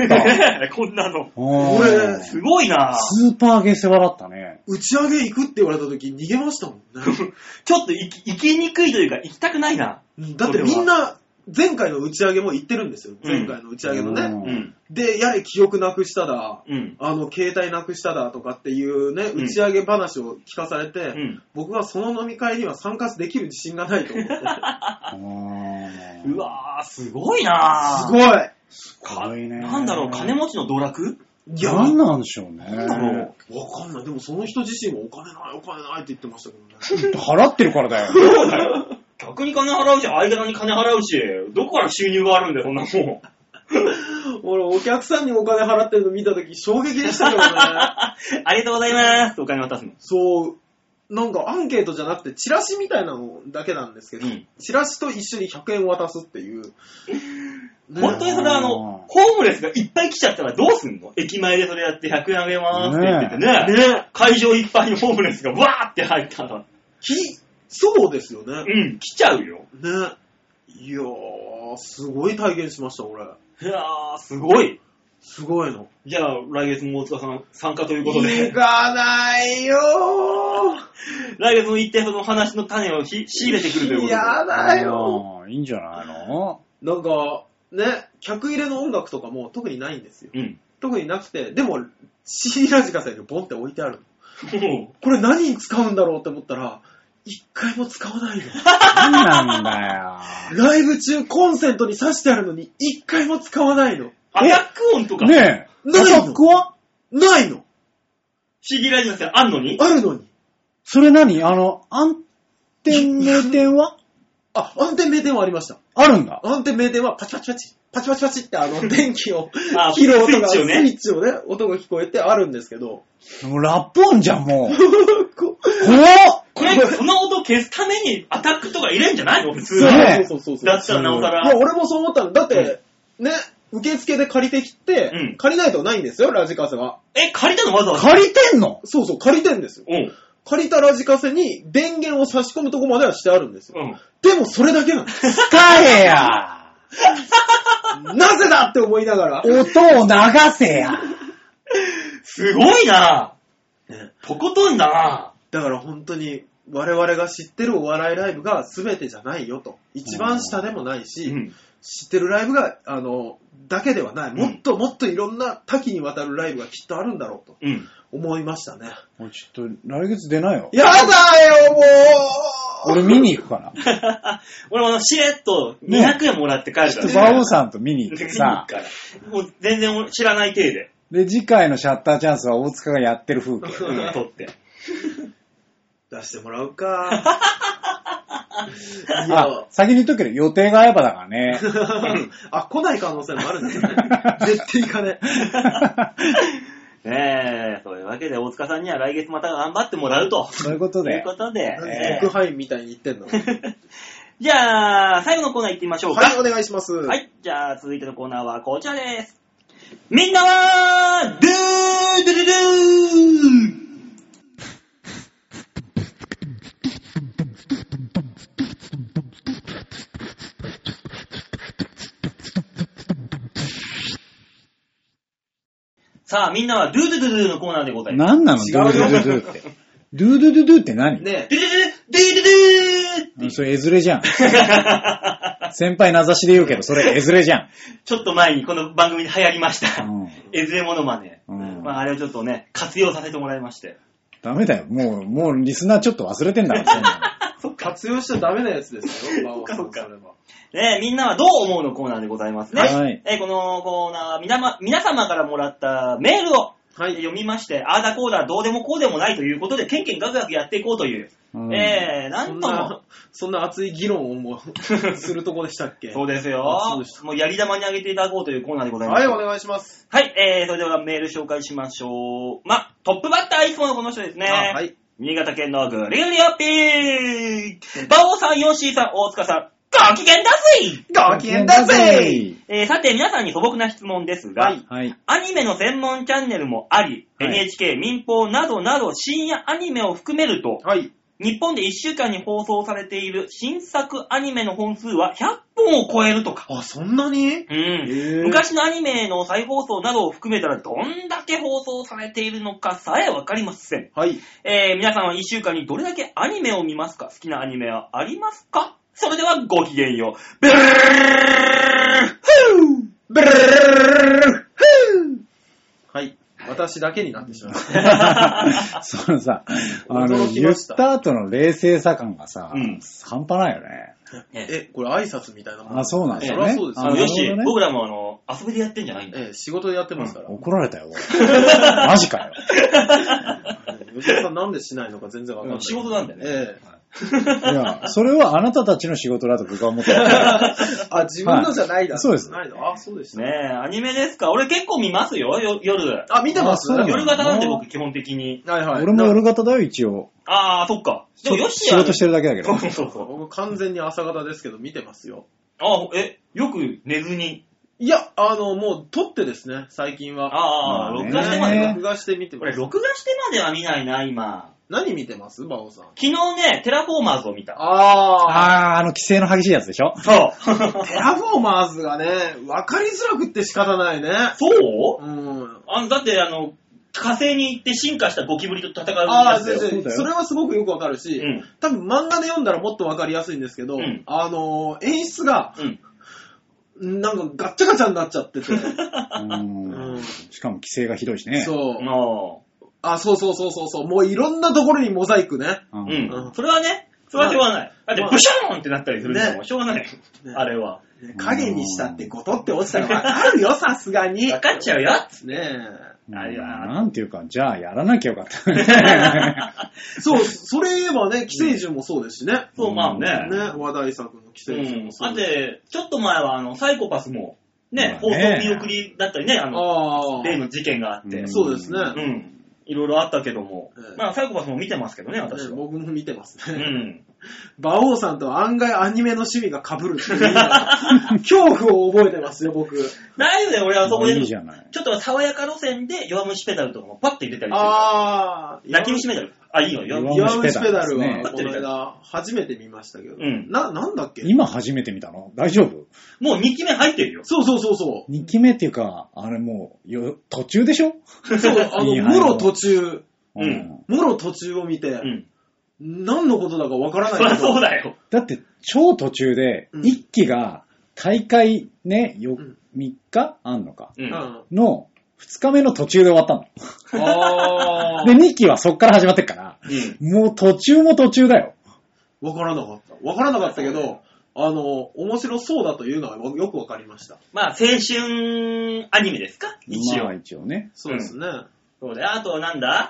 こんなの。 これ、 すごいな。 スーパー下世話だったね。 打ち上げ行くって言われた時逃げましたもんね。 ちょっと行き、行きにくいというか行きたくないな。 だってみんな、前回の打ち上げも行ってるんですよ。前回の打ち上げのね。うん、で、やれ記憶なくしただ、うん、あの、携帯なくしただとかっていうね、打ち上げ話を聞かされて、うん、僕はその飲み会には参加できる自信がないと思って。 うわー、すごいなー。 すごい。 すごいね。 なんだろう、金持ちの道楽？ いや、なんなんでしょうね。 なんだろう。わかんない。でもその人自身もお金ない、お金ないって言ってましたけどね。 払ってるからだよ。 そうだよ。逆に金払うし、相方に金払うし、どこから収入があるんだよ、そんなもん。 俺、お客さんにお金払ってるの見たとき衝撃でしたけどね。 ありがとうございます。お金渡すの。 そう。なんかアンケートじゃなくて、チラシみたいなのだけなんですけど、うん、チラシと一緒にひゃくえん渡すっていう。 本当にそれはあの、ホームレスがいっぱい来ちゃったらどうすんの？駅前でそれやってひゃくえんあげまーすって言っててね。ねね会場いっぱいにホームレスがわーって入ったら。 き、そうですよね。 うん、来ちゃうよ。 ね。いやー、すごい体験しました、俺。 いやー、すごい。 すごいの。 じゃあ、来月も大塚さん参加ということで。 行かないよー。来月も行ってその話の種を仕入れてくるということで。 やだよー。いいんじゃないの？ なんか、ね、客入れの音楽とかも特にないんですよ。うん。特になくて、でも、シーラジカセにボンって置いてあるの。これ何に使うんだろうって思ったら、一回も使わないの。 何なんだよ。ライブ中コンセントに挿してあるのに、一回も使わないの。 アタック音とか。 ねえ。アタックはないの。 シーディー ラジオってあんのにあるのに。 それ何あの、アンテン名店はあ、アンテン名店はありました。 あるんだ。 アンテン名店はパチパチパチ。パチパチパチってあの電気をあ切る音が、 スイッチをね、 スイッチをね、音が聞こえてあるんですけど。 もうラップ音じゃん、もう。 こ怖っこれ、その音消すためにアタックとか入れんじゃないの普通は。 ね。 そうそうそうそう。 だったらなおさら。 いや、俺もそう思ったの。だって、うん、ね、受付で借りてきて、うん、借りないとないんですよ、ラジカセが。 え、借りたのわざわざ借りてんの？ そうそう、借りてんですよ。うん。借りたラジカセに電源を差し込むとこまではしてあるんですよ。うん。でもそれだけなんです。 使えやなぜだって思いながら。 音を流せやすごいなぁ。ね、とことんだなぁ。だから本当に我々が知ってるお笑いライブが全てじゃないよと。一番下でもないし、うん、知ってるライブが、あの、だけではない。もっともっといろんな多岐にわたるライブがきっとあるんだろうと思いましたね。 うん、ちょっと来月出なよ。 やだよ、もう俺見に行くから。 俺もあの、しれっとにひゃくえんもらって帰るから、 ね。馬王さんと見に行ってさ。 もう全然知らない体で。 で、次回のシャッターチャンスは大塚がやってる風景。 うん、撮って。 出してもらうか。いやあ、先に言っとくけど予定が合えばだからね。 あ、来ない可能性もあるんですね。絶対行かね。 ねえ、そういうわけで大塚さんには来月また頑張ってもらうと。 そういうことで。 ということで。 えー、特派員みたいに言ってんの。 じゃあ、最後のコーナー行ってみましょうか。 はい、お願いします。 はい、じゃあ続いてのコーナーはこちらです。みんなは、ドゥードゥドゥドゥーさあ、みんなはドゥードゥドゥドゥのコーナーでございます。 何なのドゥードゥドゥドゥって。ドゥードゥドゥドゥって何？ ねえ。ドゥドゥドゥドゥドゥドゥそれ絵ずれじゃん。先輩名指しで言うけど、それ絵ずれじゃん。 ちょっと前にこの番組で流行りました。 うん、 絵ずれモノマネ。うん、まあ、あれをちょっとね、活用させてもらいまして。 ダメだよ。もう、もうリスナーちょっと忘れてんだから、そんなの。活用しちゃダメなやつですよ。そっかそっか。 ねえ、みんなはどう思うのコーナーでございますね。 はい。 えー、このコーナーは皆、ま、皆様からもらったメールを、はい、読みまして、あーだこーだどうでもこうでもないということで、ケンケンガクガクやっていこうという。うん、えー、なんとも。 そんな熱い議論をもするとこでしたっけ？ そうですよ。そうです。もうやり玉にあげていただこうというコーナーでございます。 はい、お願いします。 はい、えー、それではメール紹介しましょう。ま、トップバッターいつものこの人ですね。 あ、はい。 新潟県のグリグリオッピーバオさん、ヨッシーさん、大塚さん、ご機嫌だぜご機嫌だぜえー、さて皆さんに素朴な質問ですが、はいはい、アニメの専門チャンネルもあり、はい、エヌエイチケー、民放などなど深夜アニメを含めると、はい、日本でいっしゅうかんに放送されている新作アニメの本数はひゃっぽんを超えるとか。 あ、そんなに？ うん。昔のアニメの再放送などを含めたらどんだけ放送されているのかさえわかりません。はい。えー、皆さんはいっしゅうかんにどれだけアニメを見ますか？好きなアニメはありますか？それではごきげんよう。ブルーフーブルーフーはい。私だけになってしまった。 そのさ、あの、言った後の冷静さ感がさ、うん、半端ないよね。 え、これ挨拶みたいなもん。 あ、そうなんですよね。 そうですあの、よし、僕らもあの、遊びでやってんじゃないんだよ。 ええ、仕事でやってますから。 うん、怒られたよ。マジかよ。 吉田さんなんでしないのか全然わかんない。 仕事なんだよね。ええ。 いや、それはあなたたちの仕事だと僕は思ってる。 あ、自分のじゃないだ、はい。 そうです。 ないの。あ、そうですね。ねえ、アニメですか？俺結構見ますよ、よ夜。 あ、見てます？ 夜型なんで僕基本的に。 はいはい。俺も夜型だよ、一応。 ああ、そっか。 でもよし仕事してるだけだけど。 そうそうそう。 僕完全に朝型ですけど見てますよ。 あ、え、よく寝ずに。 いや、あの、もう撮ってですね、最近は。 ああ、録画してまで。 録画して見てます。 俺、録画してまでは見ないな、今。 何見てますバオさん。 昨日ね、テラフォーマーズを見た。 あー。あー、あの、規制の激しいやつでしょ？ そう。 テラフォーマーズがね、わかりづらくって仕方ないね。 そううん。 あだって、あの、火星に行って進化したゴキブリと戦うやつだよ。 ああ、それはすごくよくわかるし、うん、多分漫画で読んだらもっとわかりやすいんですけど、うん、あの、演出が、うん、なんかガッチャガチャになっちゃってて。うんうん、しかも規制がひどいしね。 そう。あ、そうそうそうそうそう。もういろんなところにモザイクね。 うん。うん、それはね、それはしょうがない。だってブシャーンってなったりするのもしょうがない。ね、あれは。 影にしたってゴトって落ちたらわかるよ、さすがに。 わかっちゃうよ。 ねえ。 あれはなんていうか、じゃあやらなきゃよかった。 そう、それ言えばね、寄生獣もそうですしね。 そう、まあね。 ね、話題作の寄生獣もそう。 だって、ちょっと前はあの、サイコパスも、ね、放送見送りだったりね、あの、例の事件があって。 そうですね。 うん。いろいろあったけども、ええ、まあサイコパスも見てますけどね、私は。 ね、僕も見てますね。うん。馬王さんと案外アニメの趣味が被るっていう恐怖を覚えてますよ、僕。 大丈夫だよ、俺はそこで。 いいじゃない。 ちょっと爽やか路線で弱虫ペダルとかもパッと入れたりする。 あー。 泣き虫ペダル。あ、いいよ、 弱虫ペダルは、この間、初めて見ましたけど。うん。な、なんだっけ？ 今初めて見たの？大丈夫？ もうにきめ入ってるよ。 そうそうそうそう。 にきめっていうか、あれもう、よ、途中でしょ？ そう、あの、もろ途中。うん。もろ途中を見て、うん。何のことだかわからないけど。 そりゃそうだよ。 だって、超途中で、一期が、大会ね、よ、みっかあんのか。うん。の、二日目の途中で終わったの。あで、にきはそっから始まってっから、うん、もう途中も途中だよ。 わからなかった。わからなかったけど、あの、面白そうだというのはよくわかりました。 まあ、青春アニメですか一応。 まあ、一応ね。 そうですね。うん、 そうだよ。あと、なんだ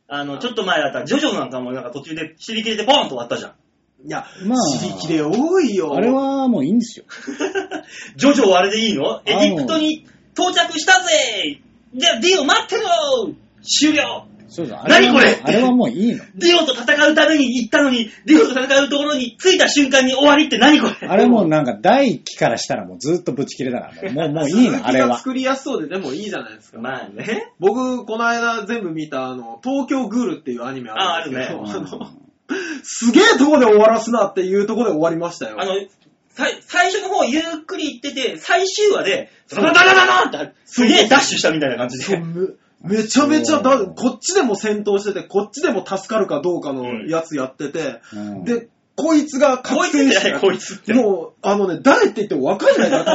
あの、ちょっと前だったら、ジョジョなんかもなんか途中で尻切れてポーンと終わったじゃん。 いや、 まあ、 尻切れ多いよ。 あれはもういいんですよ。 ジョジョあれでいいの？エジプトに到着したぜ！じゃあ、ディオ待ってろ！終了！ そうだ。 何これ？ あれはもういいの。 ディオと戦うために行ったのに、ディオと戦うところに着いた瞬間に終わりって何これ？ あれもうなんか第一期からしたらもうずっとぶち切れだから、もう、もういいの、あれは。 作りやすそうででもいいじゃないですか。 まあね。 僕、この間全部見た、あの、東京グールっていうアニメあるんですけど、あ、あるね。あの、すげえとこで終わらすなっていうとこで終わりましたよ。 あの、さ最初の方ゆっくり行ってて、最終話で、ダダダダダダってすげえダッシュしたみたいな感じで。 めちゃめちゃだ、こっちでも戦闘してて、こっちでも助かるかどうかのやつやってて、うん、で、こいつが覚醒して、 こいつって。 もう、あのね、誰って言っても分かんないから、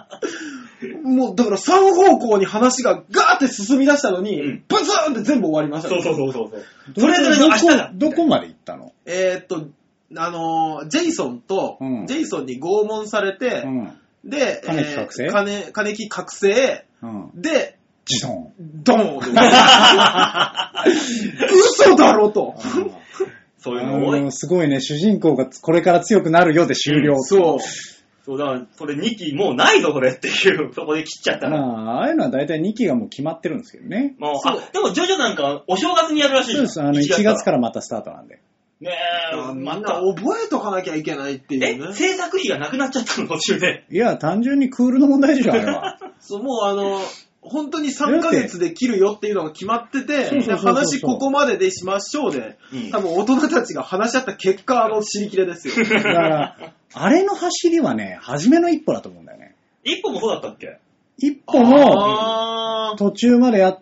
多分。もう、だから三方向に話がガーって進み出したのに、うん、ブツーンって全部終わりました、 ね。そうそうそうそう。それぞれの明日が。 どこまで行ったの？ えー、っと、あのー、ジェイソンと、うん、ジェイソンに拷問されて、うん、で、 金木覚醒、 えー、金、金木覚醒、うん、で、 ジドン。 ドン嘘だろと。 そういうの多い。 すごいね、主人公がこれから強くなるよで終了。うん、 そう。 そうだから、それにきもうないぞ、これっていう、そこで切っちゃったら。 まあ、ああいうのは大体にきがもう決まってるんですけどね。 もう、あ、でもジョジョなんかお正月にやるらしい。 そうです、あの、いちがつからまたスタートなんで。 ねえ、また覚えとかなきゃいけないっていうね。 え、制作費がなくなっちゃったの、途中で。 いや、単純にクールの問題でしょ、あれは。 そう、もうあの、本当にさんかげつで切るよっていうのが決まってて、話ここまででしましょうで、うん、多分大人たちが話し合った結果、あの尻切れですよ。 だから、あれの走りはね、初めの一歩だと思うんだよね。 一歩もそうだったっけ？ 一歩も途中までやって、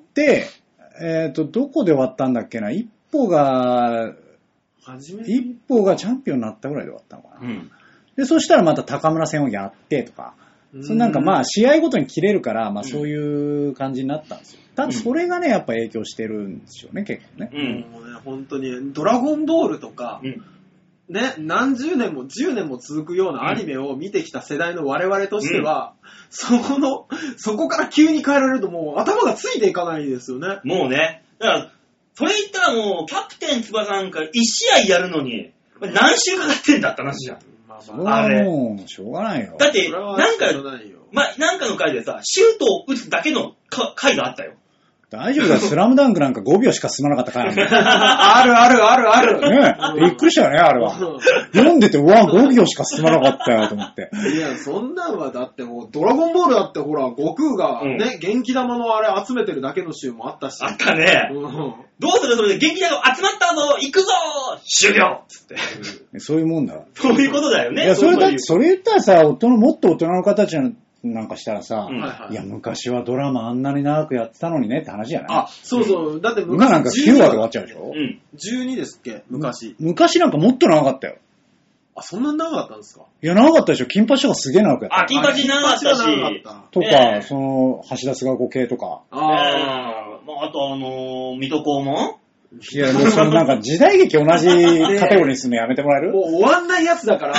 えっと、どこで終わったんだっけな、一歩が、一歩がチャンピオンになったぐらいで終わったのかな。うん、で、そしたらまた高村戦をやってとか、そのなんかまあ試合ごとに切れるから、まあそういう感じになったんですよ。ただそれがね、やっぱ影響してるんですよね、結構ね。 うん。もうね、本当に、ドラゴンボールとか、うん、ね、何十年もじゅうねんも続くようなアニメを見てきた世代の我々としては、うん、そこの、そこから急に変えられるともう頭がついていかないですよね。 もうね。だから、それ言ったらもう、キャプテン翼なんかいち試合やるのに、何週かかってんだって話じゃん。 まあまあ、あれもう、しょうがないよ。 だって、なんか、まあ、なんかの回でさ、シュートを打つだけの回があったよ。 大丈夫だよ、スラムダンクなんかごびょうしか進まなかった回なんだよ。 あるあるあるある。 ねえ、びっくりしたよね、あれは。読んでて、うわ、ごびょうしか進まなかったよ、と思って。 いや、そんなんはだってもう、ドラゴンボールだってほら、悟空がね、うん、元気玉のあれ集めてるだけの週もあったし。 あったね。うん、どうするそれで元気玉集まったぞ行くぞ終了つって。 そういうもんだ。 そういうことだよね。 いや、それだって、それ言ったらさ、大人、もっと大人の方たちのなんかしたらさ、うん、いや、昔はドラマあんなに長くやってたのにねって話じゃない？ あ、そうそう。だって昔今なんかきゅうわで終わっちゃうでしょ？ うん。じゅうにですっけ昔。 昔なんかもっと長かったよ。 あ、そんなに長かったんですか？ いや、長かったでしょ。金八とかすげえ長くやった。 あ、金八長かったし。長かった。 とか、えー、その、橋田壽賀子系とか。 ああ、まあ、あとあのー、水戸黄門？ いや、もうそのなんか時代劇同じカテゴリーにするのやめてもらえる？ もう終わんないやつだから。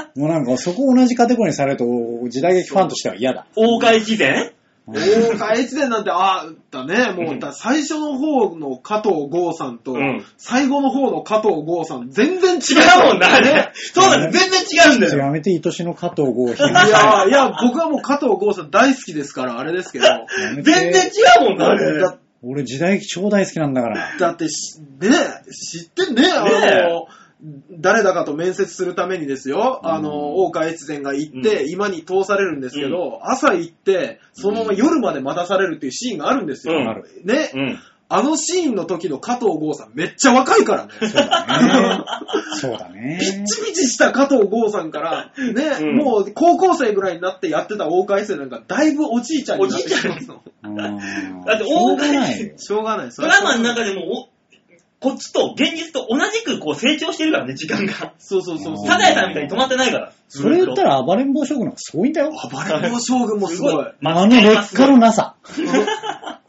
もうなんかそこ同じカテゴリーにされると時代劇ファンとしては嫌だ。 大岡越前？ 大岡越前なんて、あったね。もう、だ最初の方の加藤剛さんと、うん、最後の方の加藤剛さん、全然違うもんな、ね。そうだね。全然違うんだよ。 やめて、愛しの加藤剛。いや、いや、僕はもう加藤剛さん大好きですから、あれですけど。 全然違うもんな、あれ。 俺時代劇超大好きなんだから。 だってし、ね、知ってんね、あの、ね、誰だかと面接するためにですよ、あの、大岡越前が行って、今に通されるんですけど、うん、朝行って、そのまま夜まで待たされるっていうシーンがあるんですよ。うん、ね、うん。あのシーンの時の加藤剛さんめっちゃ若いからね。 そうだね。そうだね。 ピッチピチした加藤剛さんから、ね、うん、もう高校生ぐらいになってやってた大岡越前なんかだいぶおじいちゃんになってきますの。 だって大岡越前、しょうがない。 ドラマの中でも、こっちと現実と同じくこう成長してるからね、時間が。 そうそうそうそう。 サザエさんみたいに止まってないから。 それ言ったら暴れん坊将軍なんかすごいんだよ。 暴れん坊将軍もすごい。 あの劣化のなさ。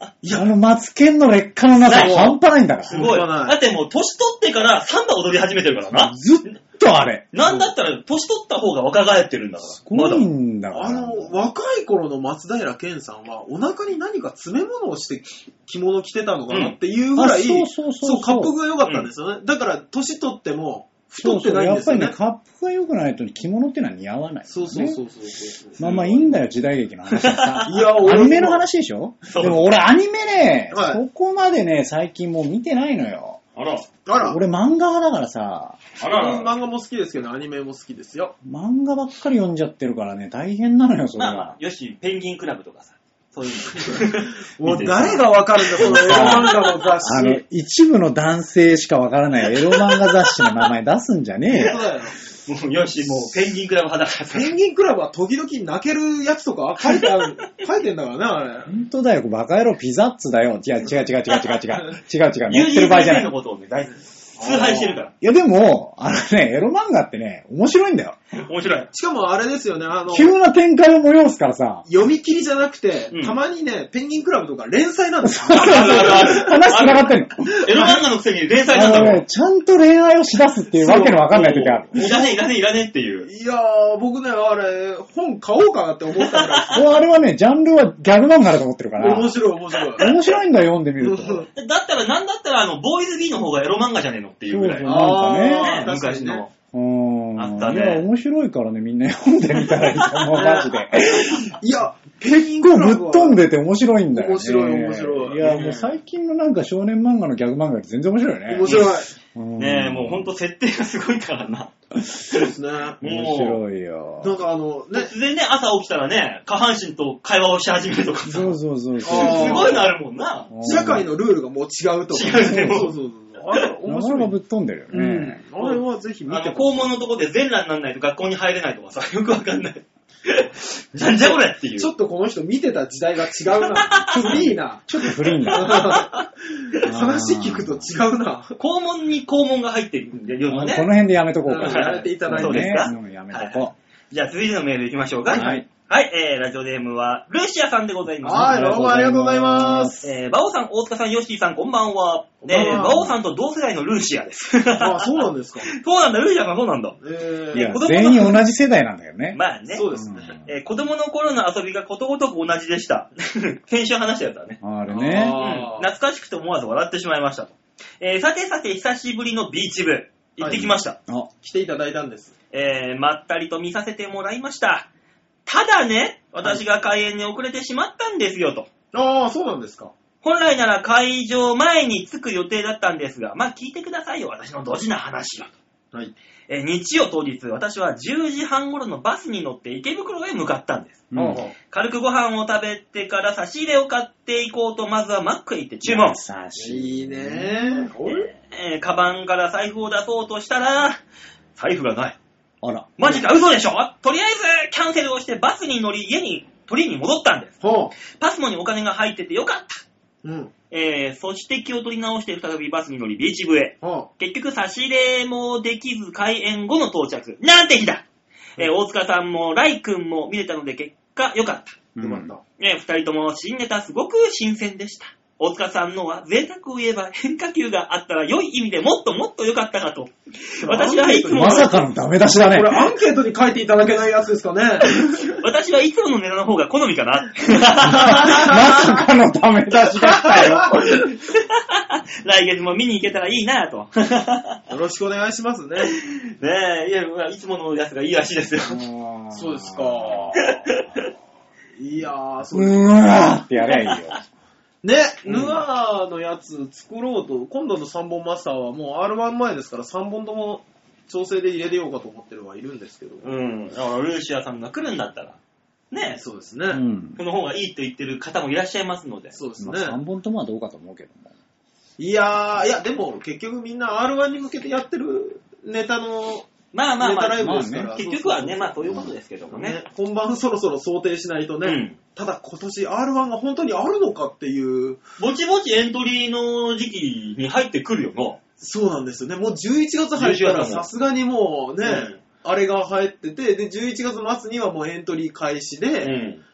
いや、あのマツケンの劣化のなさ半端ないんだから。 すごい。だってもう年取ってからサンバ踊り始めてるからな。 ずっとあれ。 なんだったら年取った方が若返ってるんだから。すごいんだから。 あの、若い頃の松平健さんはお腹に何か詰め物をして着物着てたのかなっていうぐらい、うん、そうそうそうそう。そう、恰幅が良かったんですよね。うん、だから年取っても、太ってないんですよね。 そうそう、やっぱりね、カップが良くないと着物っていうのは似合わない、ね。 そうそうそうそうそう。 まあまあいいんだよ、時代劇の話はさ。いや、アニメの話でしょ？でも俺アニメね、はい、そこまでね、最近もう見てないのよ。 あら。 あら。 俺漫画派だからさ。 あら。漫画も好きですけど、アニメも好きですよ。 漫画ばっかり読んじゃってるからね、大変なのよ、それは。 まあまあ、よし、ペンギンクラブとかさ。そういうの。もう誰がわかるんだ、そのエロ漫画の雑誌。 あの、一部の男性しかわからないエロ漫画雑誌の名前出すんじゃねえよ。 そうだよ。 もうよし、もうペンギンクラブ派だからさ。 ペンギンクラブは時々泣けるやつとか書いてある、書いてんだからね、あれ。 本当だよ、バカ野郎ピザッツだよ。違う違う違う違う違う違う。違う違う違う。 言ってる場合じゃない。のことをね、大事です。崇拝してるから。いやでも、あのね、エロ漫画ってね、面白いんだよ。 面白い。 しかもあれですよね、あの、 急な展開を催すからさ。 読み切りじゃなくて、うん、たまにね、ペンギンクラブとか連載なんですよ。 話繋がってんの。 エロ漫画のくせに連載なんだろ。 あのね、ちゃんと恋愛をしだすっていうわけのわかんない時ある。 いらねえいらねえいらねえっていう。 いやー、僕ね、あれ、本買おうかなって思ったぐらい。 あれはね、ジャンルはギャグ漫画だと思ってるから。 面白い面白い。 面白いんだよ、読んでみると。 だったら、なんだったら、あの、ボーイズビーの方がエロ漫画じゃねえのっていうぐらい。 そうそうなんかね、昔の。 うん。 あったね。 いや、面白いからね、みんな読んでみたらいいと思う、マジで。 いや、 結構ぶっ飛んでて面白いんだよね。 面白い面白い。いや、もう最近のなんか少年漫画のギャグ漫画って全然面白いよね。 面白い。 ねえ、もうほんと設定がすごいからな。 そうですね。 面白いよ。 なんかあの、ね。 突然ね、朝起きたらね、下半身と会話をし始めるとかさ。 そうそうそう。すごいのあるもんな。 社会のルールがもう違うとか。 違うね。 そうそうそう。あれ、面白い。 がぶっ飛んでるよね。 うん。あれはぜひ見て。あの、 校門のとこで全裸にならないと学校に入れないとかさ、よくわかんない。なんじゃこれっていう。 ちょっとこの人見てた時代が違うな。フリーな。 ちょっとフリーな。 話聞くと違うな。 校門に校門が入ってるんで、よね。 この辺でやめとこうか。 やめていただいて。 そうですか。 うん、やめとこう。 じゃあ続いてのメール行きましょうか。 はい。 はい、えー、ラジオネームは、ルーシアさんでございます。 はい、どうもありがとうございます。 えー、バオさん、大塚さん、ヨッシーさん、こんばんは。で、バオさんと同世代のルーシアです。 あ、そうなんですか。 そうなんだ、ルーシアさんそうなんだ。 えー、いや、全員同じ世代なんだよね。 まあね。 そうですね。 えー、子供の頃の遊びがことごとく同じでした。先週話したやつだね。 あるね、 うん。懐かしくて思わず笑ってしまいましたと。えー、さてさて、久しぶりのビーチ部、行ってきました。 はい、あ、来ていただいたんです。 えー、まったりと見させてもらいました。ただね、私が開演に遅れてしまったんですよと。 ああ、そうなんですか。 本来なら会場前に着く予定だったんですが、まあ聞いてくださいよ、私のドジな話は。 はい。 えー、日曜当日、私はじゅうじはん頃のバスに乗って池袋へ向かったんです。 うん、 軽くご飯を食べてから差し入れを買っていこうと、まずはマックへ行って注文。 優しい。いいねー。えー、カバンから財布を出そうとしたら、財布がない。 あら。 マジか、嘘でしょ？とりあえずキャンセルをしてバスに乗り家に取りに戻ったんです。 ほう。 パスモにお金が入っててよかった。 うん。 えー、そして気を取り直して再びバスに乗りビーチ部へ。 ほう。 結局差し入れもできず開演後の到着。なんて日だ、うん、えー、大塚さんもライ君も見れたので結果よかった。 よかった。 えー、二人とも新ネタすごく新鮮でした。大塚さんのは贅沢を言えば変化球があったら良い意味でもっともっと良かったかと。私はいつもまさかのダメ出しだね。 これアンケートに書いていただけないやつですかね。 私はいつものネタの方が好みかな。 まさかのダメ出しだったよ。 来月も見に行けたらいいなぁと。 よろしくお願いしますね。 ねえ、いや、いつものやつがいいらしいですよ。 そうですか。いやー、そうですか。うわーってやればいいよ。 ね、うん、ヌアーのやつ作ろうと、今度のさんぼんマスターはもう アールワン 前ですからさんぼんとも調整で入れてようかと思ってるはいるんですけど。 うん。だからルーシアさんが来るんだったら、ね。 そうですね。 うん。 この方がいいと言ってる方もいらっしゃいますので。 そうですね。 まあ、さんぼんともはどうかと思うけども。 いやー、いやでも結局みんな アールワン に向けてやってるネタの、 まあまあまあ、 ライブですから、 まあね、結局はね、まあそういうことですけどもね。ね、 本番そろそろ想定しないとね、うん、ただ今年 アールワン が本当にあるのかっていう。 ぼちぼちエントリーの時期に入ってくるよな。 そうなんですよね。もうじゅういちがつ入ったらさすがにもうね、うん、あれが入ってて、で、じゅういちがつ末にはもうエントリー開始で、うん、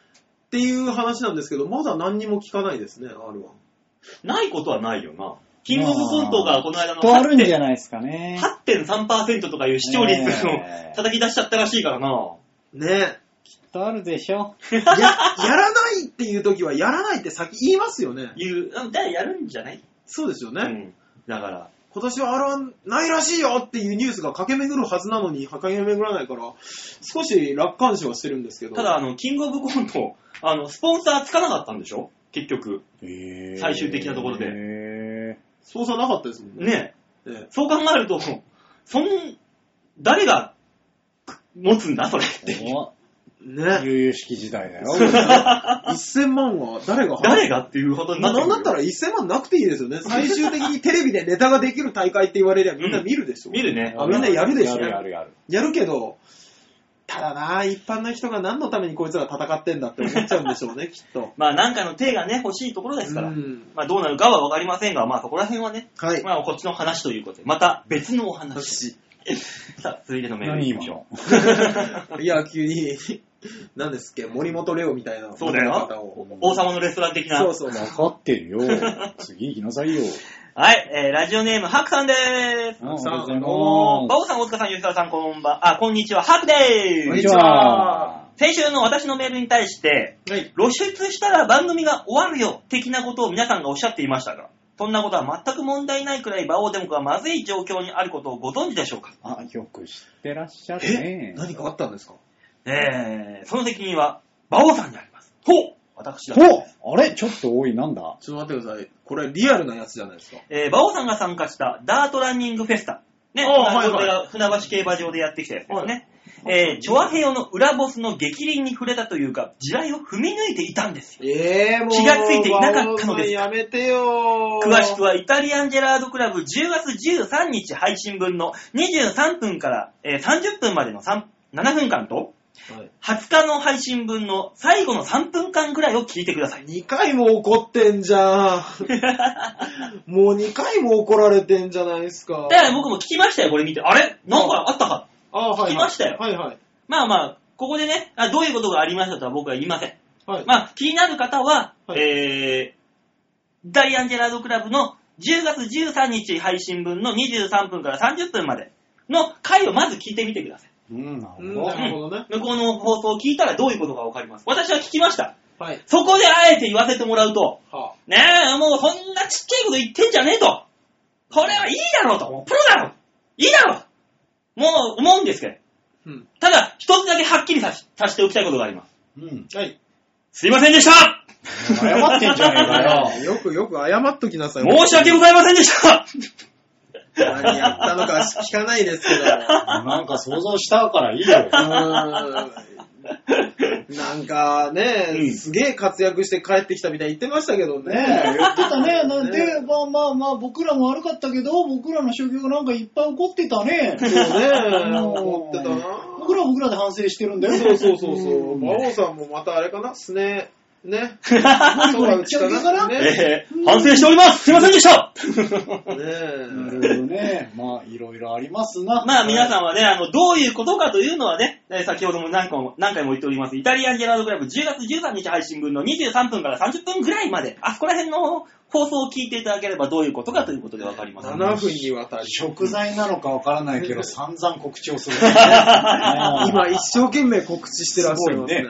っていう話なんですけど、まだ何にも聞かないですね、アールワン。 ないことはないよな。キングオブコントがこの間のとあるんじゃないですかね。 はってんさんパーセント とかいう視聴率を叩き出しちゃったらしいからな。 ね。 きっとあるでしょ。 や、やらないっていう時は、やらないって先言いますよね。 言う。だからやるんじゃない？ そうですよね。 うん。だから。 今年は アールワン ないらしいよっていうニュースが駆け巡るはずなのに駆け巡らないから、少し楽観視はしてるんですけど。 ただ、あの、キングオブコント、あの、スポンサーつかなかったんでしょ？結局。 へー最終的なところで。 へスポンサーなかったですもんね。 ねえ。 ねそう考えると、そん、誰が持つんだそれって。 ね。 悠々しき時代だよ。 せんまんは誰が誰がっていうことになってる。なんだったらせんまんなくていいですよね。最終的にテレビでネタができる大会って言われりゃみんな見るでしょ。 うん、見るね。 あ、みんなやるでしょ。 やるやるやる。 やるけど、ただな、一般の人が何のためにこいつら戦ってんだって思っちゃうんでしょうね、きっと。 まあなんかの手がね、欲しいところですから。 うん、 まあどうなるかはわかりませんが、まあそこら辺はね、 はい、 まあこっちの話ということで、また別のお話。さあ、続いてのメールいきましょう。いや、急に。何ですっけ、森本レオみたいなそうだよ。王様のレストラン的な。 そうそう。 分かってるよ。次行きなさいよ。 はい、えー、ラジオネーム、ハクさんでーす。 ハクさん、 どうも。バオさん、大塚さん、吉田さん、こんばんは。あ、こんにちは、ハクでーす。 こんにちは。 先週の私のメールに対して、はい、露出したら番組が終わるよ、的なことを皆さんがおっしゃっていましたが、そんなことは全く問題ないくらい、バオデモカがまずい状況にあることをご存知でしょうか？ あ、よく知ってらっしゃるね。 え、何かあったんですか？ えー、その責任は、バオさんにあります。ほう私だ。 ほうあれちょっと多い、なんだちょっと待ってください。これリアルなやつじゃないですか。 えー、バオさんが参加したダートランニングフェスタ。ね、 はいはい、 船橋競馬場でやってきたやつですね。はい、えー、チョアヘヨの裏ボスの激鱗に触れたというか、地雷を踏み抜いていたんですよ。 えー、もう気がついていなかったのです。 やめてよー。詳しくはイタリアンジェラードクラブじゅうがつじゅうさんにち配信分のにじゅうさんぷんから、えー、さんじゅっぷんまでのななふんかんと、はい、はつかの配信分の最後のさんぷんかんくらいを聞いてください。 にかいも怒ってんじゃん。もうにかいも怒られてんじゃないですか。 だから僕も聞きましたよ、これ見て。あれなんかあったか。 ああ、はい、はい。 聞きましたよ。 はいはい。 まあまあ、ここでね、あどういうことがありましたとは僕は言いません。 はい。 まあ、気になる方は、 はい、 えー、イタリアンジェラードクラブのじゅうがつじゅうさんにち配信分のにじゅうさんぷんからさんじゅっぷんまでの回をまず聞いてみてください。 うん、なるほど。なるほどね。 向こうの放送を聞いたらどういうことがわかります。私は聞きました。 はい。 そこであえて言わせてもらうと、 はあ、 ねえ、もうそんなちっちゃいこと言ってんじゃねえと。これはいいだろうと。もうプロだろ。いいだろう。もう思うんですけど。 うん、 ただ、一つだけはっきりさし、させておきたいことがあります。 うん。 はい。 すいませんでした謝ってんじゃねえかよ。 よくよく謝っときなさい。 申し訳ございませんでした何やったのか聞かないですけど。 なんか想像したからいいよ。 うーんなんかね、うん、すげえ活躍して帰ってきたみたいに言ってましたけどね。 ね言ってたね。なんで、ね、まあまあまあ僕らも悪かったけど、僕らの所業なんかいっぱい起こってたね。 そうね。怒ってたな。 僕らは僕らで反省してるんだよ。 そうそうそうそう。馬王さんもまたあれかな、すね。ね。そうはうちかな、 ねえー、反省しております。すいませんでしたねえ。 なるほどね。まあ、いろいろありますな。 まあ、皆さんはね、あの、どういうことかというのはね、先ほども何回も、何回も言っております、イタリアンジェラードクラブじゅうがつじゅうさんにち配信分のにじゅうさんぷんからさんじゅっぷんぐらいまで、あそこら辺の放送を聞いていただければどういうことかということでわかります、ね。 ななふんにわたり。 食材なのかわからないけど、散々告知をする、 ね。今、一生懸命告知してらっしゃいますね。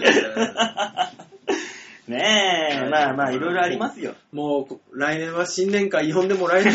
ねえ、まあまあ、いろいろありますよ。 もう、来年は新年会呼んでもらえない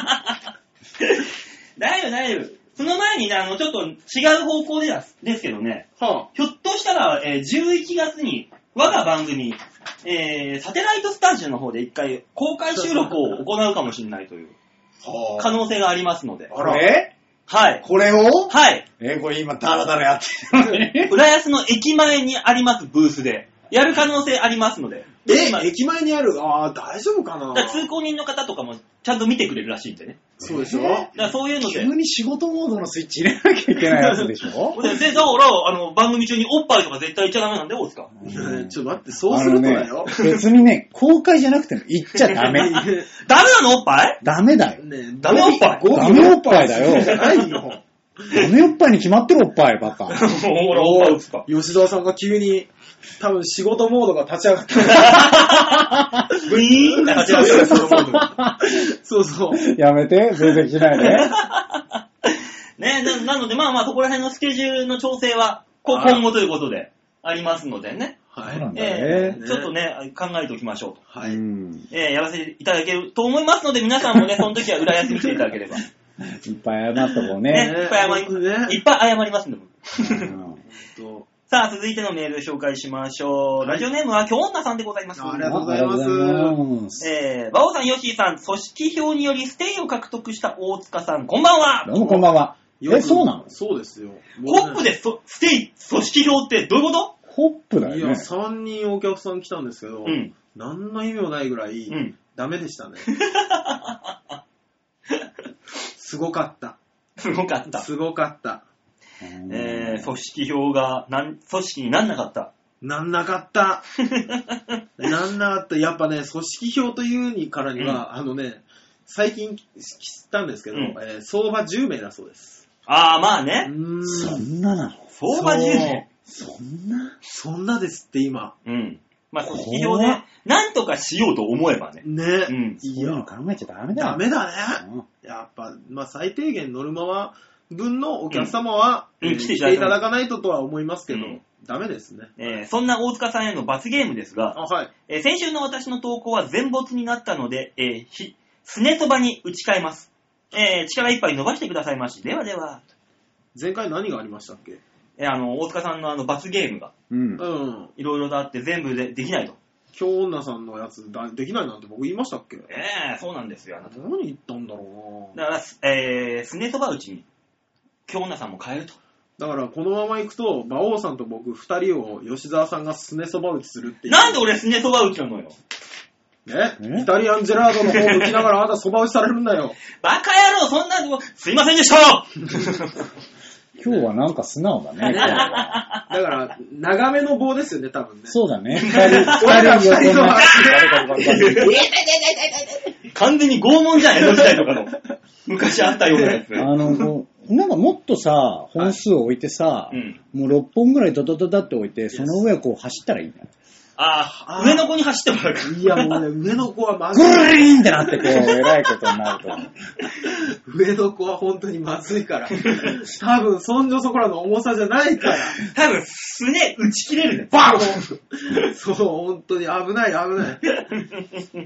だいぶだいぶ。その前にね、あの、ちょっと違う方向でですけどね、 はあ、 ひょっとしたら、えー、じゅういちがつに、我が番組、えー、サテライトスタジオの方で一回公開収録を行うかもしれないという可能性がありますので。 あらえはい。 これをはい。 えー、これ今ダラダラやってるのに。 浦安の駅前にありますブースで。やる可能性ありますので。 え、駅前にあるああ、大丈夫かな。 だから通行人の方とかもちゃんと見てくれるらしいんでね。 そうでしょ、 だからそういうので。 急に仕事モードのスイッチ入れなきゃいけないやつでしょで、でだから、あの、番組中におっぱいとか絶対言っちゃダメなんだよ、大塚。 ちょっと待って、そうするとだよ。 ね、別にね、公開じゃなくても言っちゃダメ。 ダメなのおっぱいダメだよ。 ね、ダメおっぱいダメおっぱいだよ。 じゃないよ。 ダメおっぱいに決まってるおっぱい、バカ。 ほら、おっぱい打つか。 吉沢さんが急に、多分仕事モードが立ち上がった。 ブイーンって立ち上がったそのモードが。 そうそう。 やめて、全然しないで。 ねな、なので、まあまあ、そこら辺のスケジュールの調整は、今後ということで、ありますのでね。 はい。 えー、ちょっとね、考えておきましょうと。 はい。 えー、やらせていただけると思いますので、皆さんもね、その時は裏休みしていただければ。 いっぱい謝っとこうね。 ね、いっぱい謝り、ね、いっぱい謝りますんで。さあ、続いてのメール紹介しましょう。ラジオネームは京女さんでございます。 ありがとうございます。 えー、バオさん、ヨッシーさん、組織票によりステイを獲得した大塚さん、こんばんは。 どうもこんばんは。え、そうなの？ そうですよ。 ホップでステイ、組織票ってどういうこと？ ホップだよね。 いや、さんにんお客さん来たんですけど、うん、何の意味もないぐらい、うん、ダメでしたね。すごかった。 すごかった。 すごかった。 えー、組織票がなん組織になんなかった。 なんなかった。なんなかった。やっぱね、組織票というにからには、うん、あのね、最近知ったんですけど、うんえー、相場じゅうめいだそうです。 ああ、まあね。 うーんそんななの？ 相場じゅうめい。 そんなそんなですって今。 うん。まあ、組織票で、なんとかしようと思えばね。 ね。 うん。そういうの考えちゃダメだよ。 ダメだね。うん、やっぱ、まあ、最低限ノルマは、分のお客様は、うん、来ていただかないととは思いますけど、うん、ダメですね。 えー、そんな大塚さんへの罰ゲームですが、 あ、はいえー、先週の私の投稿は全没になったので、えー、ひ、すねそばに打ち替えます。えー、力いっぱい伸ばしてくださいまし。ではでは。 前回何がありましたっけ？ えー、あの、大塚さんのあの、罰ゲームが、うん。いろいろとあって全部でできないと。 京女さんのやつだできないなんて僕言いましたっけ？ ええー、そうなんですよ。あなた何言ったんだろうな。だから、えー、すねそば打ちに、京女さんも変えると。 だから、このまま行くと、馬王さんと僕二人を吉沢さんがすねそば打ちするっていう。 なんで俺すねそば打ちなのよ。 ね、イタリアンジェラードの方を向きながらあなたそば打ちされるんだよ。 バカ野郎、そんなの、すいませんでした今日はなんか素直だね。 だから、長めの棒ですよね、多分ね。 そうだね。二人、二人横の完全に拷問じゃん、江戸時代とかの。昔あったようなやつ。 あの、こう、なんかもっとさ、本数を置いてさ、うん、もうろっぽんぐらいドドドドって置いて、その上をこう走ったらいいんだよ。 ああ、上の子に走ってもらうから。 いやもうね、上の子はまずい。 グリーンってなってこう、えらいことになると思う。 上の子は本当にまずいから。多分、そんじょそこらの重さじゃないから。 多分、すね、打ち切れるね。バーンそう、本当に危ない、危ない。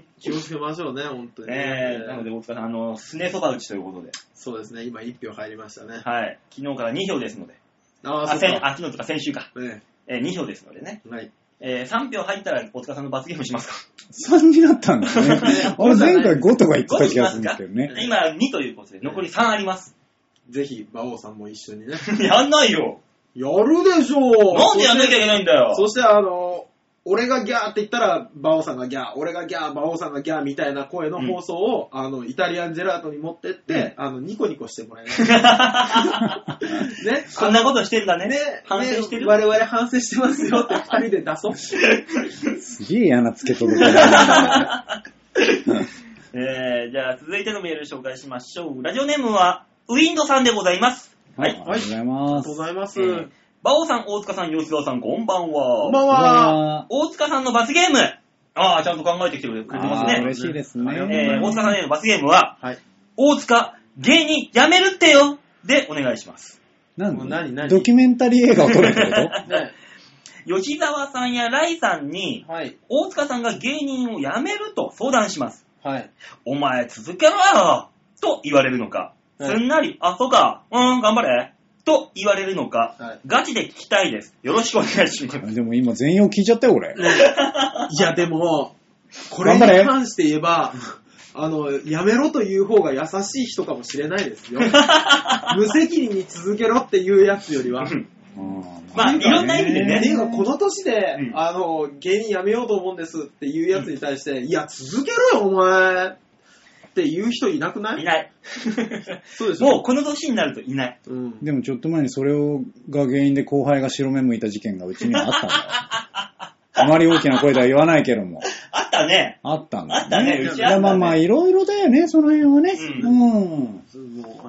気をつけましょうね、本当に。 えー、なので、大塚さん、あの、すねそば打ちということで。 そうですね、今いち票入りましたね。 はい。昨日からに票ですので。 ああ、そうか。あ、昨日とか先週か。 ね、 えー、に票ですのでね。 はい。 えー、さん票入ったら大塚さんの罰ゲームしますか？ さんになったんだね。俺前回ごとか言ってた気がするんですけどね。 今にということで残りさんあります。 ぜひ、馬王さんも一緒にね。 やんないよ。 やるでしょう。 なんでやんなきゃいけないんだよ。 そしてあの、俺がギャーって言ったら、馬王さんがギャー、俺がギャー、馬王さんがギャーみたいな声の放送を、うん、あの、イタリアンジェラートに持ってって、うん、あの、ニコニコしてもらえない。ね。 そんなことしてんだね。 ね。 反省してる、 ね、我々反省してますよって二人で出そう。 すげえ嫌なつけ届けだえー、じゃあ続いてのメール紹介しましょう。ラジオネームは、ウィンドさんでございます。 はい。ありがとうございます。 ありがとうございます。 馬王さん、大塚さん、吉沢さん、こんばんは。 こんばんは。 大塚さんの罰ゲーム。ああ、ちゃんと考えてきてくれてますね。 嬉しいですね。 えー、大塚さんへの罰ゲームは、 はい、 大塚、芸人やめるってよでお願いします。 何何何ドキュメンタリー映画を撮るってことね吉沢さんやライさんに、はい、大塚さんが芸人を辞めると相談します。 はい、 お前続けろよと言われるのか、はい、すんなり、あ、そうか、うん、頑張れと言われるのか、はい、ガチで聞きたいです。よろしくお願いします。 でも今全容聞いちゃったよ、俺。 いや、でも、これに関して言えば、あの、やめろという方が優しい人かもしれないですよ。無責任に続けろっていうやつよりは。 まあ、いろんな意味でね。 っていうか、この年で、うん、あの、芸人やめようと思うんですっていうやつに対して、うん、いや、続けろよ、お前っていう人いなくない？ いない。 そうですよ。 もうこの年になるといない。 うん、でもちょっと前にそれをが原因で後輩が白目向いた事件がうちにはあったんだよ。あまり大きな声では言わないけども。 あったね。 あったんだ、 ね。あったね。うちあったね。 まあまあいろいろだよね、その辺はね。 うん。うん、 もうあの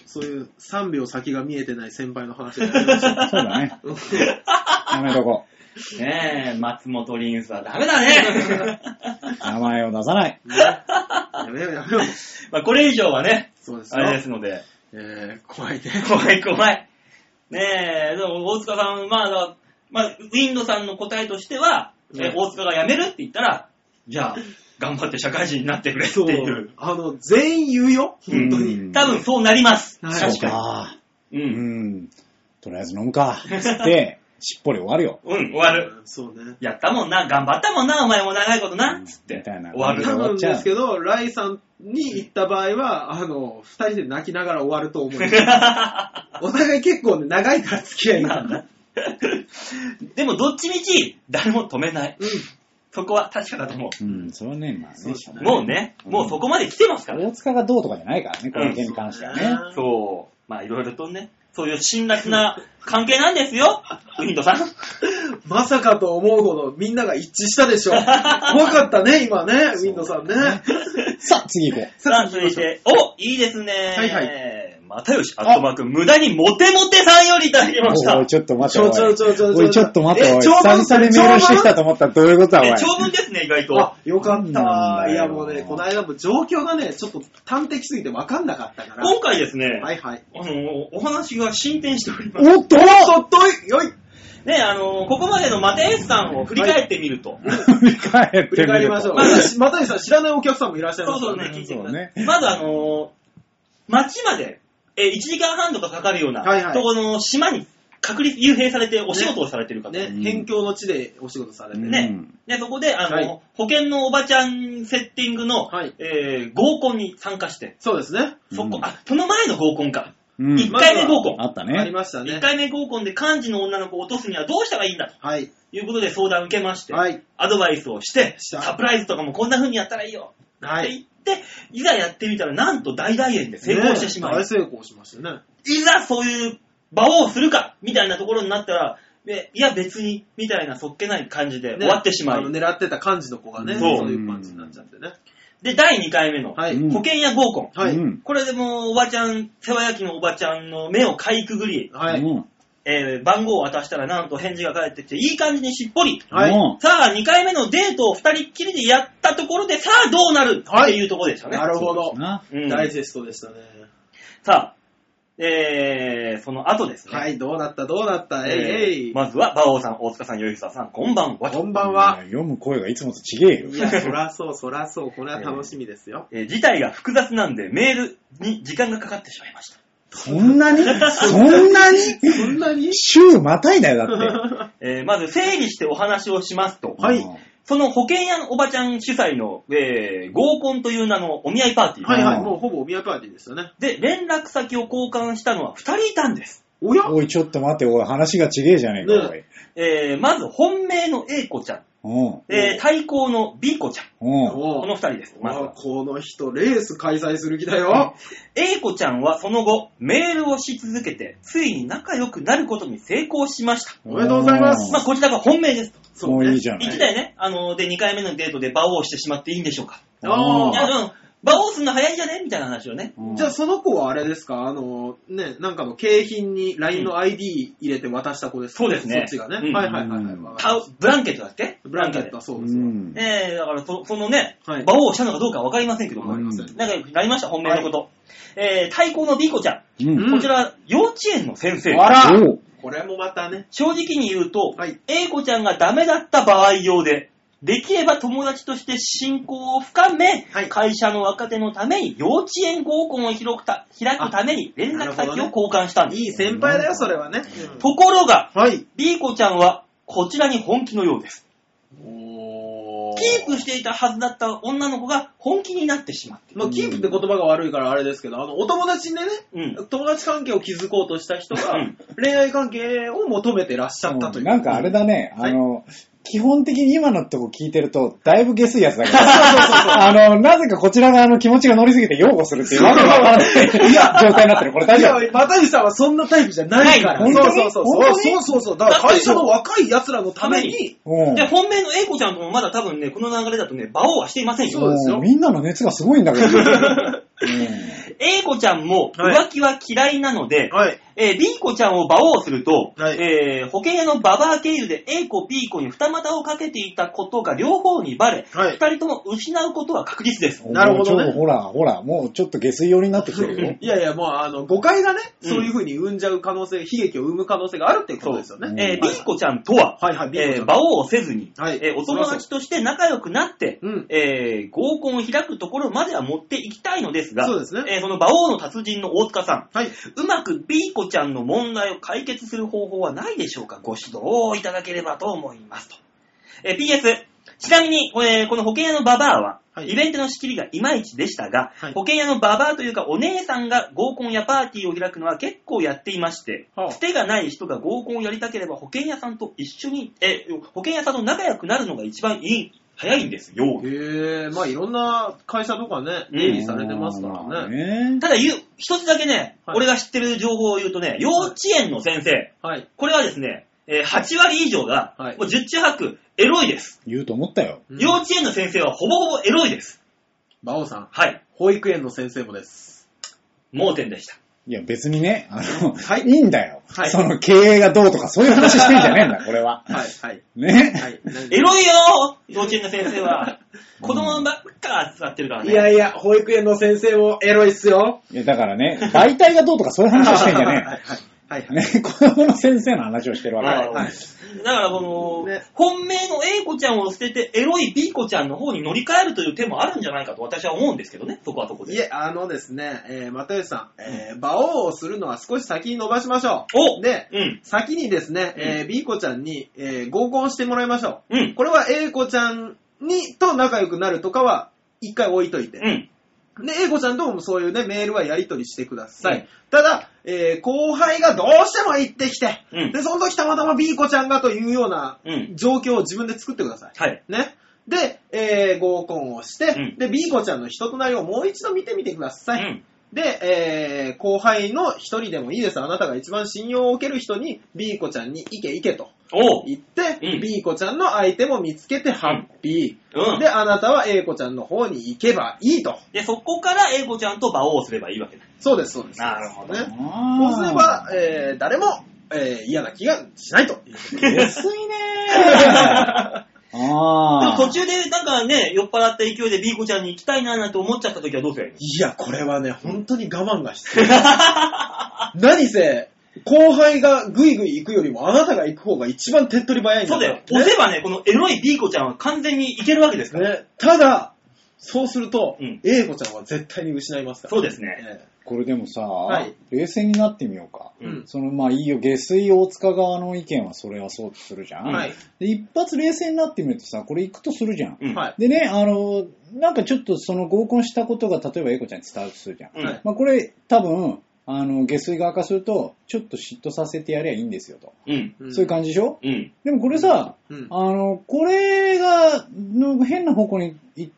そういうさんびょう先が見えてない先輩の話がやりました。 そうだね。やめとこう。ねえ、松本リンスはダメだね。 名前を出さない。 ね、やめようやめよう。 まあこれ以上はね、 そうですよ。 あれですので。 えー、怖いね。 怖い怖い。ねえ、でも大塚さん、まあ、まあ、ウィンドさんの答えとしては、うん、え大塚が辞めるって言ったら、じゃあ、頑張って社会人になってくれっていう。 そうあの、全員言うよ。本当に。 多分そうなります。 はい、確かに。うん。うん。とりあえず飲むか。つって、しっぽり終わるよ。 うん、終わる。 そうね。 やったもんな、頑張ったもんな、お前も長いことな、つって。みたいな。終わる。 多分ですけど、ライさんに行った場合は、あの、二人で泣きながら終わると思う。お互い結構ね、長いから付き合いが。 でも、どっちみち、誰も止めない。うん。そこは確かだと思う。 うん、それはね、まあね。 もうね、もうそこまで来てますから。 大塚がどうとかじゃないからね、この件に関してはね。 そう。まあ、いろいろとね、そういう辛辣な関係なんですよ、ウィンドさん。 まさかと思うほどみんなが一致したでしょ。怖かったね、今ね、ウィンドさんね。 さあ、次行こう。 さあ、続いて、お、いいですね。 はいはい。 またよし、アットマーク、無駄にモテモテさんよりいただきました。 おい、ちょっと待って、おい。 ちょちょちょちょおい、ちょっと待って、おい。久々にメールしてきたと思ったらどういうことだ、おい。 長文ですね、意外と。 あ、よかった。いや、もうね、この間も状況がね、ちょっと端的すぎて分かんなかったから。 今回ですね、 はいはい。 あの、お話が進展しております。 おっとおっとっといよいね、あの、ここまでのマテエスさんを振り返ってみると。 振り返ってみると。 振り返りましょう。まず、マテエスさん知らないお客さんもいらっしゃいますからね。そうそうね、聞いてください。まずあの、町まで、え、いちじかんはんとかかかるような、はいはい、とこの島に隔離、幽閉されてお仕事をされてる方。 ね、辺境の地でお仕事されてる。 ね。で、そこで、あの、はい、保険のおばちゃんセッティングの、はい、えー、合コンに参加して。 そうですね。 そこ、あ、その前の合コンか。うん、いっかいめ合コン、 まあ。あったね。 ありましたね。 いっかいめ合コンで幹事の女の子を落とすにはどうしたらいいんだと。はい。いうことで相談を受けまして。はい。アドバイスをして、サプライズとかもこんな風にやったらいいよ。はい。って言って、いざやってみたら、なんと大大演で成功してしまう。 大成功しましたね。 いざそういう場をするかみたいなところになったら、いや別に、みたいなそっけない感じで終わってしまう。 ね、あの狙ってた幹事の子がね、そう、そういう感じになっちゃってね。 で、だいにかいめの、はい、保険や合コン。はい。これでもう、おばちゃん、世話焼きのおばちゃんの目をかいくぐり、はい。えー、番号を渡したらなんと返事が返ってきて、いい感じにしっぽり。はい。さあ、にかいめのデートをふたりっきりでやったところで、さあ、どうなるっていうところでしたね。 なるほど。うん、ダイジェストでしたね。 さあ、えー、その後ですね。 はい、どうなったどうなった、えー、えいえい。 まずは、馬王さん、大塚さん、よいささん、こんばんは。 こんばんは。 読む声がいつもと違えよ。 いや、そらそう、そらそう、これは楽しみですよ。 えー、事態が複雑なんで、メールに時間がかかってしまいました。 そんなにそんなにそんなに週またいだよ、だって。えー、まず、整理してお話をしますと。はい。その保険屋のおばちゃん主催の、えー、合コンという名のお見合いパーティー。 はいはい、もうほぼお見合いパーティーですよね。 で、連絡先を交換したのはふたりいたんです。 おやおい、ちょっと待って、おい、話が違えじゃねえか、ね、おい。 えー、まず、本命の A 子ちゃん。えー、対抗の B 子ちゃん。このふたりです。 まあ、この人、レース開催する気だよ。 A 子ちゃんはその後、メールをし続けて、ついに仲良くなることに成功しました。 おめでとうございます。 まあ、こちらが本命です。 そうね。いいじゃない。 いちだいね、あの、で、にかいめのデートで馬王してしまっていいんでしょうか。ああ。いや、うん。馬王すんの早いんじゃねみたいな話をね。 じゃあその子はあれですかあの、ね、なんかの景品に ライン の アイディー 入れて渡した子ですか、 そうですね。 そっちがね。うん、はいはいはいはい。 ブランケットだっけブランケットはそうですよ。 ええー、だからそ、そのね、馬、はい、王をしたのかどうかわかりませんけども。なんかなりました、本命のこと。はい、えー、対抗の B 子ちゃん。うん、こちら、幼稚園の先生。 あらこれもまたね。 正直に言うと、はい、A 子ちゃんがダメだった場合用で、できれば友達として親交を深め、はい、会社の若手のために幼稚園合コンを広くた開くために連絡先を交換したんです。 ね、いい先輩だよ、それはね。 うん、ところが、はい、B 子ちゃんはこちらに本気のようです。おキープしていたはずだった女の子が本気になってしまって。 まあ、キープって言葉が悪いからあれですけど、あの、お友達でね、うん、友達関係を築こうとした人が、恋愛関係を求めてらっしゃったという。 なんかあれだね、あの、はい基本的に今のとこ聞いてると、だいぶ下水やつだけど、あの、なぜかこちら側の気持ちが乗りすぎて擁護するっていうわけわからない状態になってる。これ大丈夫？ いや、又吉さんはそんなタイプじゃないから。 そうそうそうそう。そうそうそう。だから会社の若い奴らのために。 で、本命の A 子ちゃんともまだ多分ね、この流れだとね、馬王はしていませんよ。 そうですよ。みんなの熱がすごいんだけど。 A 子ちゃんも浮気は嫌いなので、はい、えー、B 子ちゃんを馬王すると、はい、えー、保険屋のババア経由で A 子、B 子に二股をかけていたことが両方にバレ、はい、二人とも失うことは確実です。 なるほどね。ほら、ほら、もうちょっと下水寄りになってきてるよ。 いやいや、もうあの、誤解がね、そういう風に生んじゃう可能性、うん、悲劇を生む可能性があるっていうことですよね。 えー、B 子ちゃんとは、はいはい、えー、馬王をせずに、はい、えー、お友達として仲良くなって、うん、えー、合コンを開くところまでは持っていきたいのですが、そうですね。えー、その馬王の達人の大塚さん、はい、うまく B 子ちゃんの問題を解決する方法はないでしょうか。ご指導をいただければと思いますと。えー、ピーエス、ちなみに、えー、この保険屋のババアは、はい、イベントの仕切りがいまいちでしたが、はい、保険屋のババアというかお姉さんが合コンやパーティーを開くのは結構やっていまして、はあ、つてがない人が合コンをやりたければ保険屋さんと一緒に、えー、保険屋さんと仲良くなるのが一番いい。早いんですよ。 へぇー、まあいろんな会社とかね、定義されてますからね。 うん、ただ言う、一つだけね、はい、俺が知ってる情報を言うとね、幼稚園の先生、はい、これはですね、えー、はちわり以上が、はい、もう十中八九、エロいです。 言うと思ったよ。 うん、幼稚園の先生はほぼほぼエロいです。 馬王さん。 はい。 保育園の先生もです。 盲点でした。 いや別にね、あの、はい、いいんだよ。はい、その経営がどうとかそういう話してんじゃねえんだ、これは。 はい、はい。 ね。 はい、エロいよー幼稚園の先生は。子供ばっか扱ってるからね。 いやいや、保育園の先生もエロいっすよ。 いやだからね、媒体がどうとかそういう話してんじゃねえ。はい、はい。はいはい、ね、子供の先生の話をしてるわけだ、はい、 だからこの、ね、本命の A 子ちゃんを捨ててエロい B 子ちゃんの方に乗り換えるという手もあるんじゃないかと私は思うんですけどね、そこはそこで。 いえ、あのですね、えー、又吉さん、えー、馬王をするのは少し先に伸ばしましょう。おで、うん、先にですね、えー、B 子ちゃんに、えー、合コンしてもらいましょう。うん、これは A 子ちゃんにと仲良くなるとかは一回置いといて。うんで、A 子ちゃんともそういうね、メールはやり取りしてください。うん、ただ、えー、後輩がどうしても行ってきて、うん、で、その時たまたま B 子ちゃんがというような状況を自分で作ってください。はい。ね。で、えー、合コンをして、うん、で、B 子ちゃんの人となりをもう一度見てみてください。うん、で、えー、後輩の一人でもいいです。あなたが一番信用を受ける人に B 子ちゃんに行け行けと。言って、うん、B 子ちゃんの相手も見つけてハッピー、うん。で、あなたは A 子ちゃんの方に行けばいいと。 で、そこから A 子ちゃんと馬王をすればいいわけだ。 そうです、そうです。 なるほどね。 そうすれば、えー、誰も、えー、嫌な気がしないと。 安いねー。 あでも途中でなんかね、酔っ払った勢いで B 子ちゃんに行きたいななんて思っちゃった時はどうすればいいの？ いや、これはね、本当に我慢が必要。何せ、後輩がグイグイ行くよりもあなたが行く方が一番手っ取り早いんだそうだよ。押せばね、このエロい B 子ちゃんは完全に行けるわけですから。 ね、ただ、そうすると、うん、A 子ちゃんは絶対に失いますから、 そうですね。 えー、これでもさ、はい、冷静になってみようか。うん、そのまあいいよ、下水大塚側の意見はそれはそうとするじゃん。はい、で一発冷静になってみるとさ、これ行くとするじゃん。うん、でね、あの、なんかちょっとその合コンしたことが例えば A 子ちゃんに伝わるとするじゃん。うん、まあこれ多分、あの、下水側からすると、ちょっと嫉妬させてやりゃいいんですよと。うん。そういう感じでしょうん。でもこれさ、うん、あの、これが、の変な方向に行って、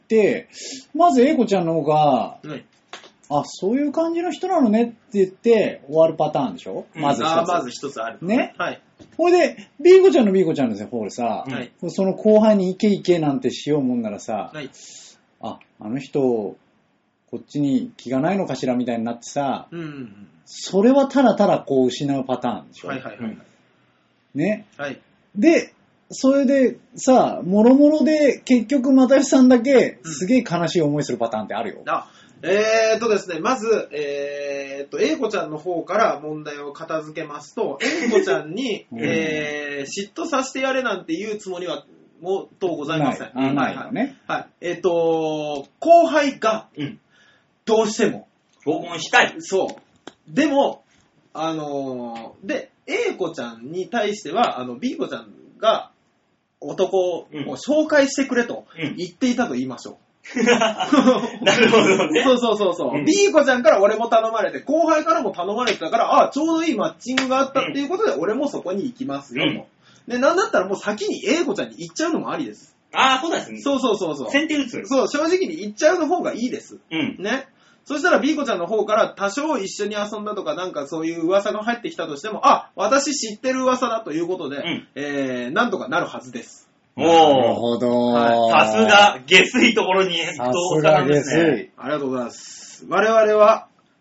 まず A 子ちゃんの方が、うん、あ、そういう感じの人なのねって言って終わるパターンでしょ、うん、まず一つ。 あ、まず一つある。 ね。はい。ほいで、B 子ちゃんの B 子ちゃんの方でさ、はい、その後輩に行け行けなんてしようもんならさ、はい、あ、あの人、こっちに気がないのかしらみたいになってさ、うんうんうん、それはただただこう失うパターンでしょ。はいはいはい。ね。はい。で、それでさ、もろもろで結局又吉さんだけすげえ悲しい思いするパターンってあるよ。 うん、あ、えーとですね、まず、えーと、A 子ちゃんの方から問題を片付けますと、A 子ちゃんに、うん、えー、嫉妬させてやれなんて言うつもりは、もうとございません。 ない。ないよね。 はい。えーと、後輩が、うんどうしても。 合コンしたい。 そう。でも、あのー、で、A 子ちゃんに対しては、あの、B 子ちゃんが男を紹介してくれと言っていたと言いましょう。 うん、なるほどね。 そうそうそうそう、うん。B 子ちゃんから俺も頼まれて、後輩からも頼まれてたから、あ、ちょうどいいマッチングがあったっていうことで、俺もそこに行きますよ、うん、と。で、なんだったらもう先に A 子ちゃんに行っちゃうのもありです。 ああ、そうですね。 そうそうそうそう。 先手打つ。 そう、正直に行っちゃうの方がいいです。うん。ね。そしたら B 子ちゃんの方から多少一緒に遊んだとかなんかそういう噂が入ってきたとしても、あ、私知ってる噂だということで、うん、えー、なんとかなるはずです。 おー。なるほど。 さすが、下水ところに行くとさすが下水。 ありがとうございます。我々は、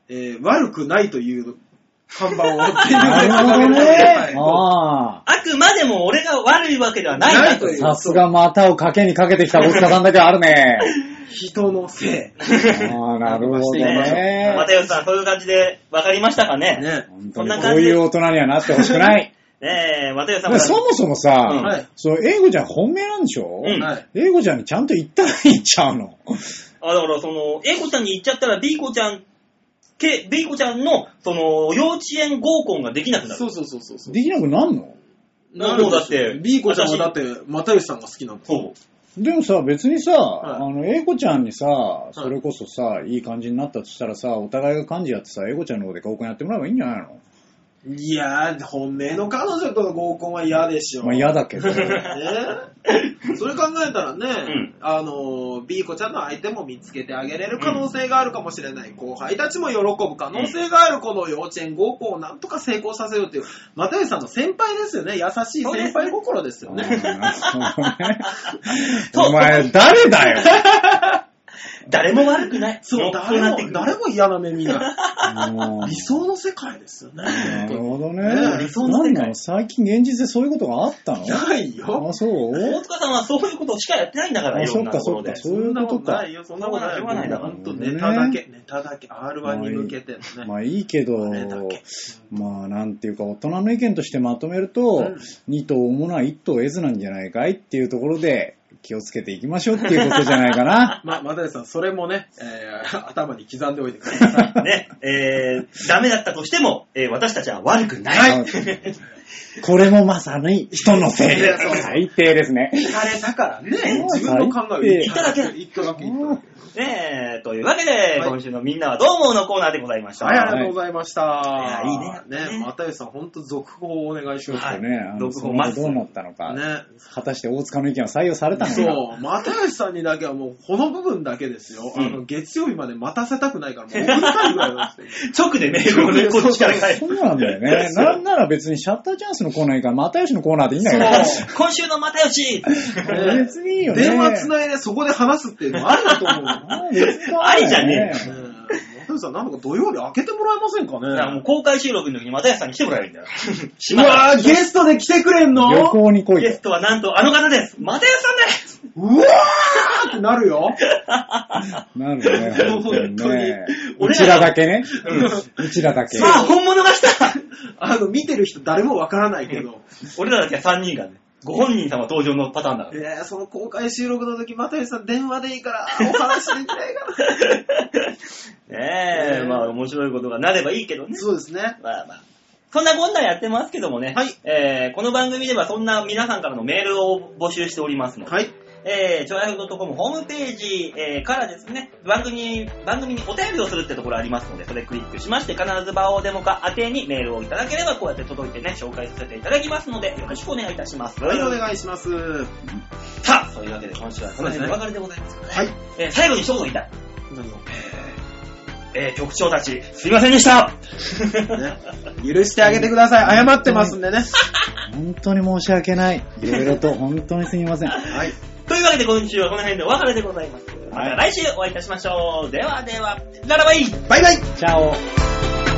えー、悪くないという看板を手に入れてなるほどね。ああくまでも俺が悪いわけではないんだという。 さすが股を賭けにかけてきた大塚さんだけはあるね。 人のせい。 ああ、なるほどね。 又吉さん、そういう感じで分かりましたかね。 ね。 本当にこういう大人にはなってほしくない。 ねえ、又吉さんも。 そもそもさ、 うんはい、 そう、英子ちゃん本命なんでしょ、 うんはい、 英子ちゃんにちゃんと言ったらいいんちゃうの。 あ、だからその、英子ちゃんに言っちゃったら、ビーコちゃん、け、ビーコちゃんの、その、幼稚園合コンができなくなる。 そうそうそうそう。 できなくなんの？ なるほど、だって。 ビーコちゃんはだって、又吉さんが好きなんだ。 そう。 でもさ、別にさ、 はい、 あの、英子ちゃんにさ、それこそさ、いい感じになったとしたらさ、お互いが幹事やってさ、英子ちゃんの方で合コンやってもらえばいいんじゃないの？ いやー、本命の彼女との合コンは嫌でしょ。 まあ嫌だけど。 ね、それ考えたらね、うん、あの、ビーコちゃんの相手も見つけてあげれる可能性があるかもしれない。うん、後輩たちも喜ぶ可能性があるこの幼稚園合コンをなんとか成功させようっていう、又吉さんの先輩ですよね。優しい先輩心ですよね。 お前、誰だよ。 誰も悪くない。 そう、誰も、誰も嫌な目見ない。理想の世界ですよね。 なるほどね。理想の世界。最近現実でそういうことがあったの？ ないよ。 あ、そう？ 大塚さんはそういうことしかやってないんだから、いろんなところで。 そういうことか。 ないよ、そんなことない。しょうがないだから。ほんとネタだけ、ネタだけ。アールワン に向けてのね。 まあいいけど、まあなんていうか、大人の意見としてまとめると、に頭を追うものはいち頭を得ずなんじゃないかいっていうところで、気をつけていきましょうっていうことじゃないかな。 まあ、又吉さん、それもね、えー、頭に刻んでおいてください。 ね、えー、ダメだったとしても、えー、私たちは悪くない。はい、 これもまさに人のせいです。最低ですね。 聞かれたからね。自分の考えを言っただけ。 言っただけ。言っただけ。 ねえ、というわけで、はい、今週のみんなはどう思うのコーナーでございました。 はい、ありがとうございました。 はい、いいね。 ね、又吉さん、ほんと続報をお願いします。 そうね。続報まずどうなったのか。ね。果たして大塚の意見は採用されたのか。 そう、又吉さんにだけはもう、この部分だけですよ。うん、あの、月曜日まで待たせたくないから、もう送りたいぐらいなんですよ。 直でメールをね、こっちから返す。 そうなんだよね。なんなら別にシャッターチャンスのコーナーいいから、又吉のコーナーでいいんだよね。 今週の又吉別にいいよね。 電話つないでそこで話すっていうのはありだと思う。 ありじゃねえよ。 又吉さん、なんとか土曜日開けてもらえませんかね。 いや、もう公開収録の時に又吉さんに来てもらえばいいんだよ。 うわぁ、ゲストで来てくれんの？ 旅行に来い。 ゲストはなんとあの方です。又吉さんです。 うわーってなるよ。 なるね、本当にね。うちらだけね。うん。うちらだけ。 さあ、本物がした。 あの、見てる人誰もわからないけど。 俺らだけはさんにんがね。ご本人様登場のパターンだから。 えー、その公開収録の時、又吉さん電話でいいから、お話できないから。 ねえ、まあ面白いことがなればいいけどね。 そうですね。 まあまあ。そんなこんなやってますけどもね。 はい。 えー、この番組ではそんな皆さんからのメールを募集しておりますので。 はい。 えー、ちょやふ .com ホームページ、えー、からですね、番組、番組にお便りをするってところありますので、それクリックしまして、必ず場をデモか宛てにメールをいただければ、こうやって届いてね、紹介させていただきますので、よろしくお願いいたします。 はい、お願いします。 さあ、そういうわけで今週はこの辺でお別れでございます、ね。 はい。 えー、最後に一言言いたい。 何をえー、局長たち、すいませんでした、 ね、許してあげてください。謝ってますんでね。 本当に申し訳ない。いろいろと本当にすみません。 はい。 というわけで今週はこの辺でお別れでございます。また来週お会いいたしましょう。ではでは、ララバイバイバイチャオ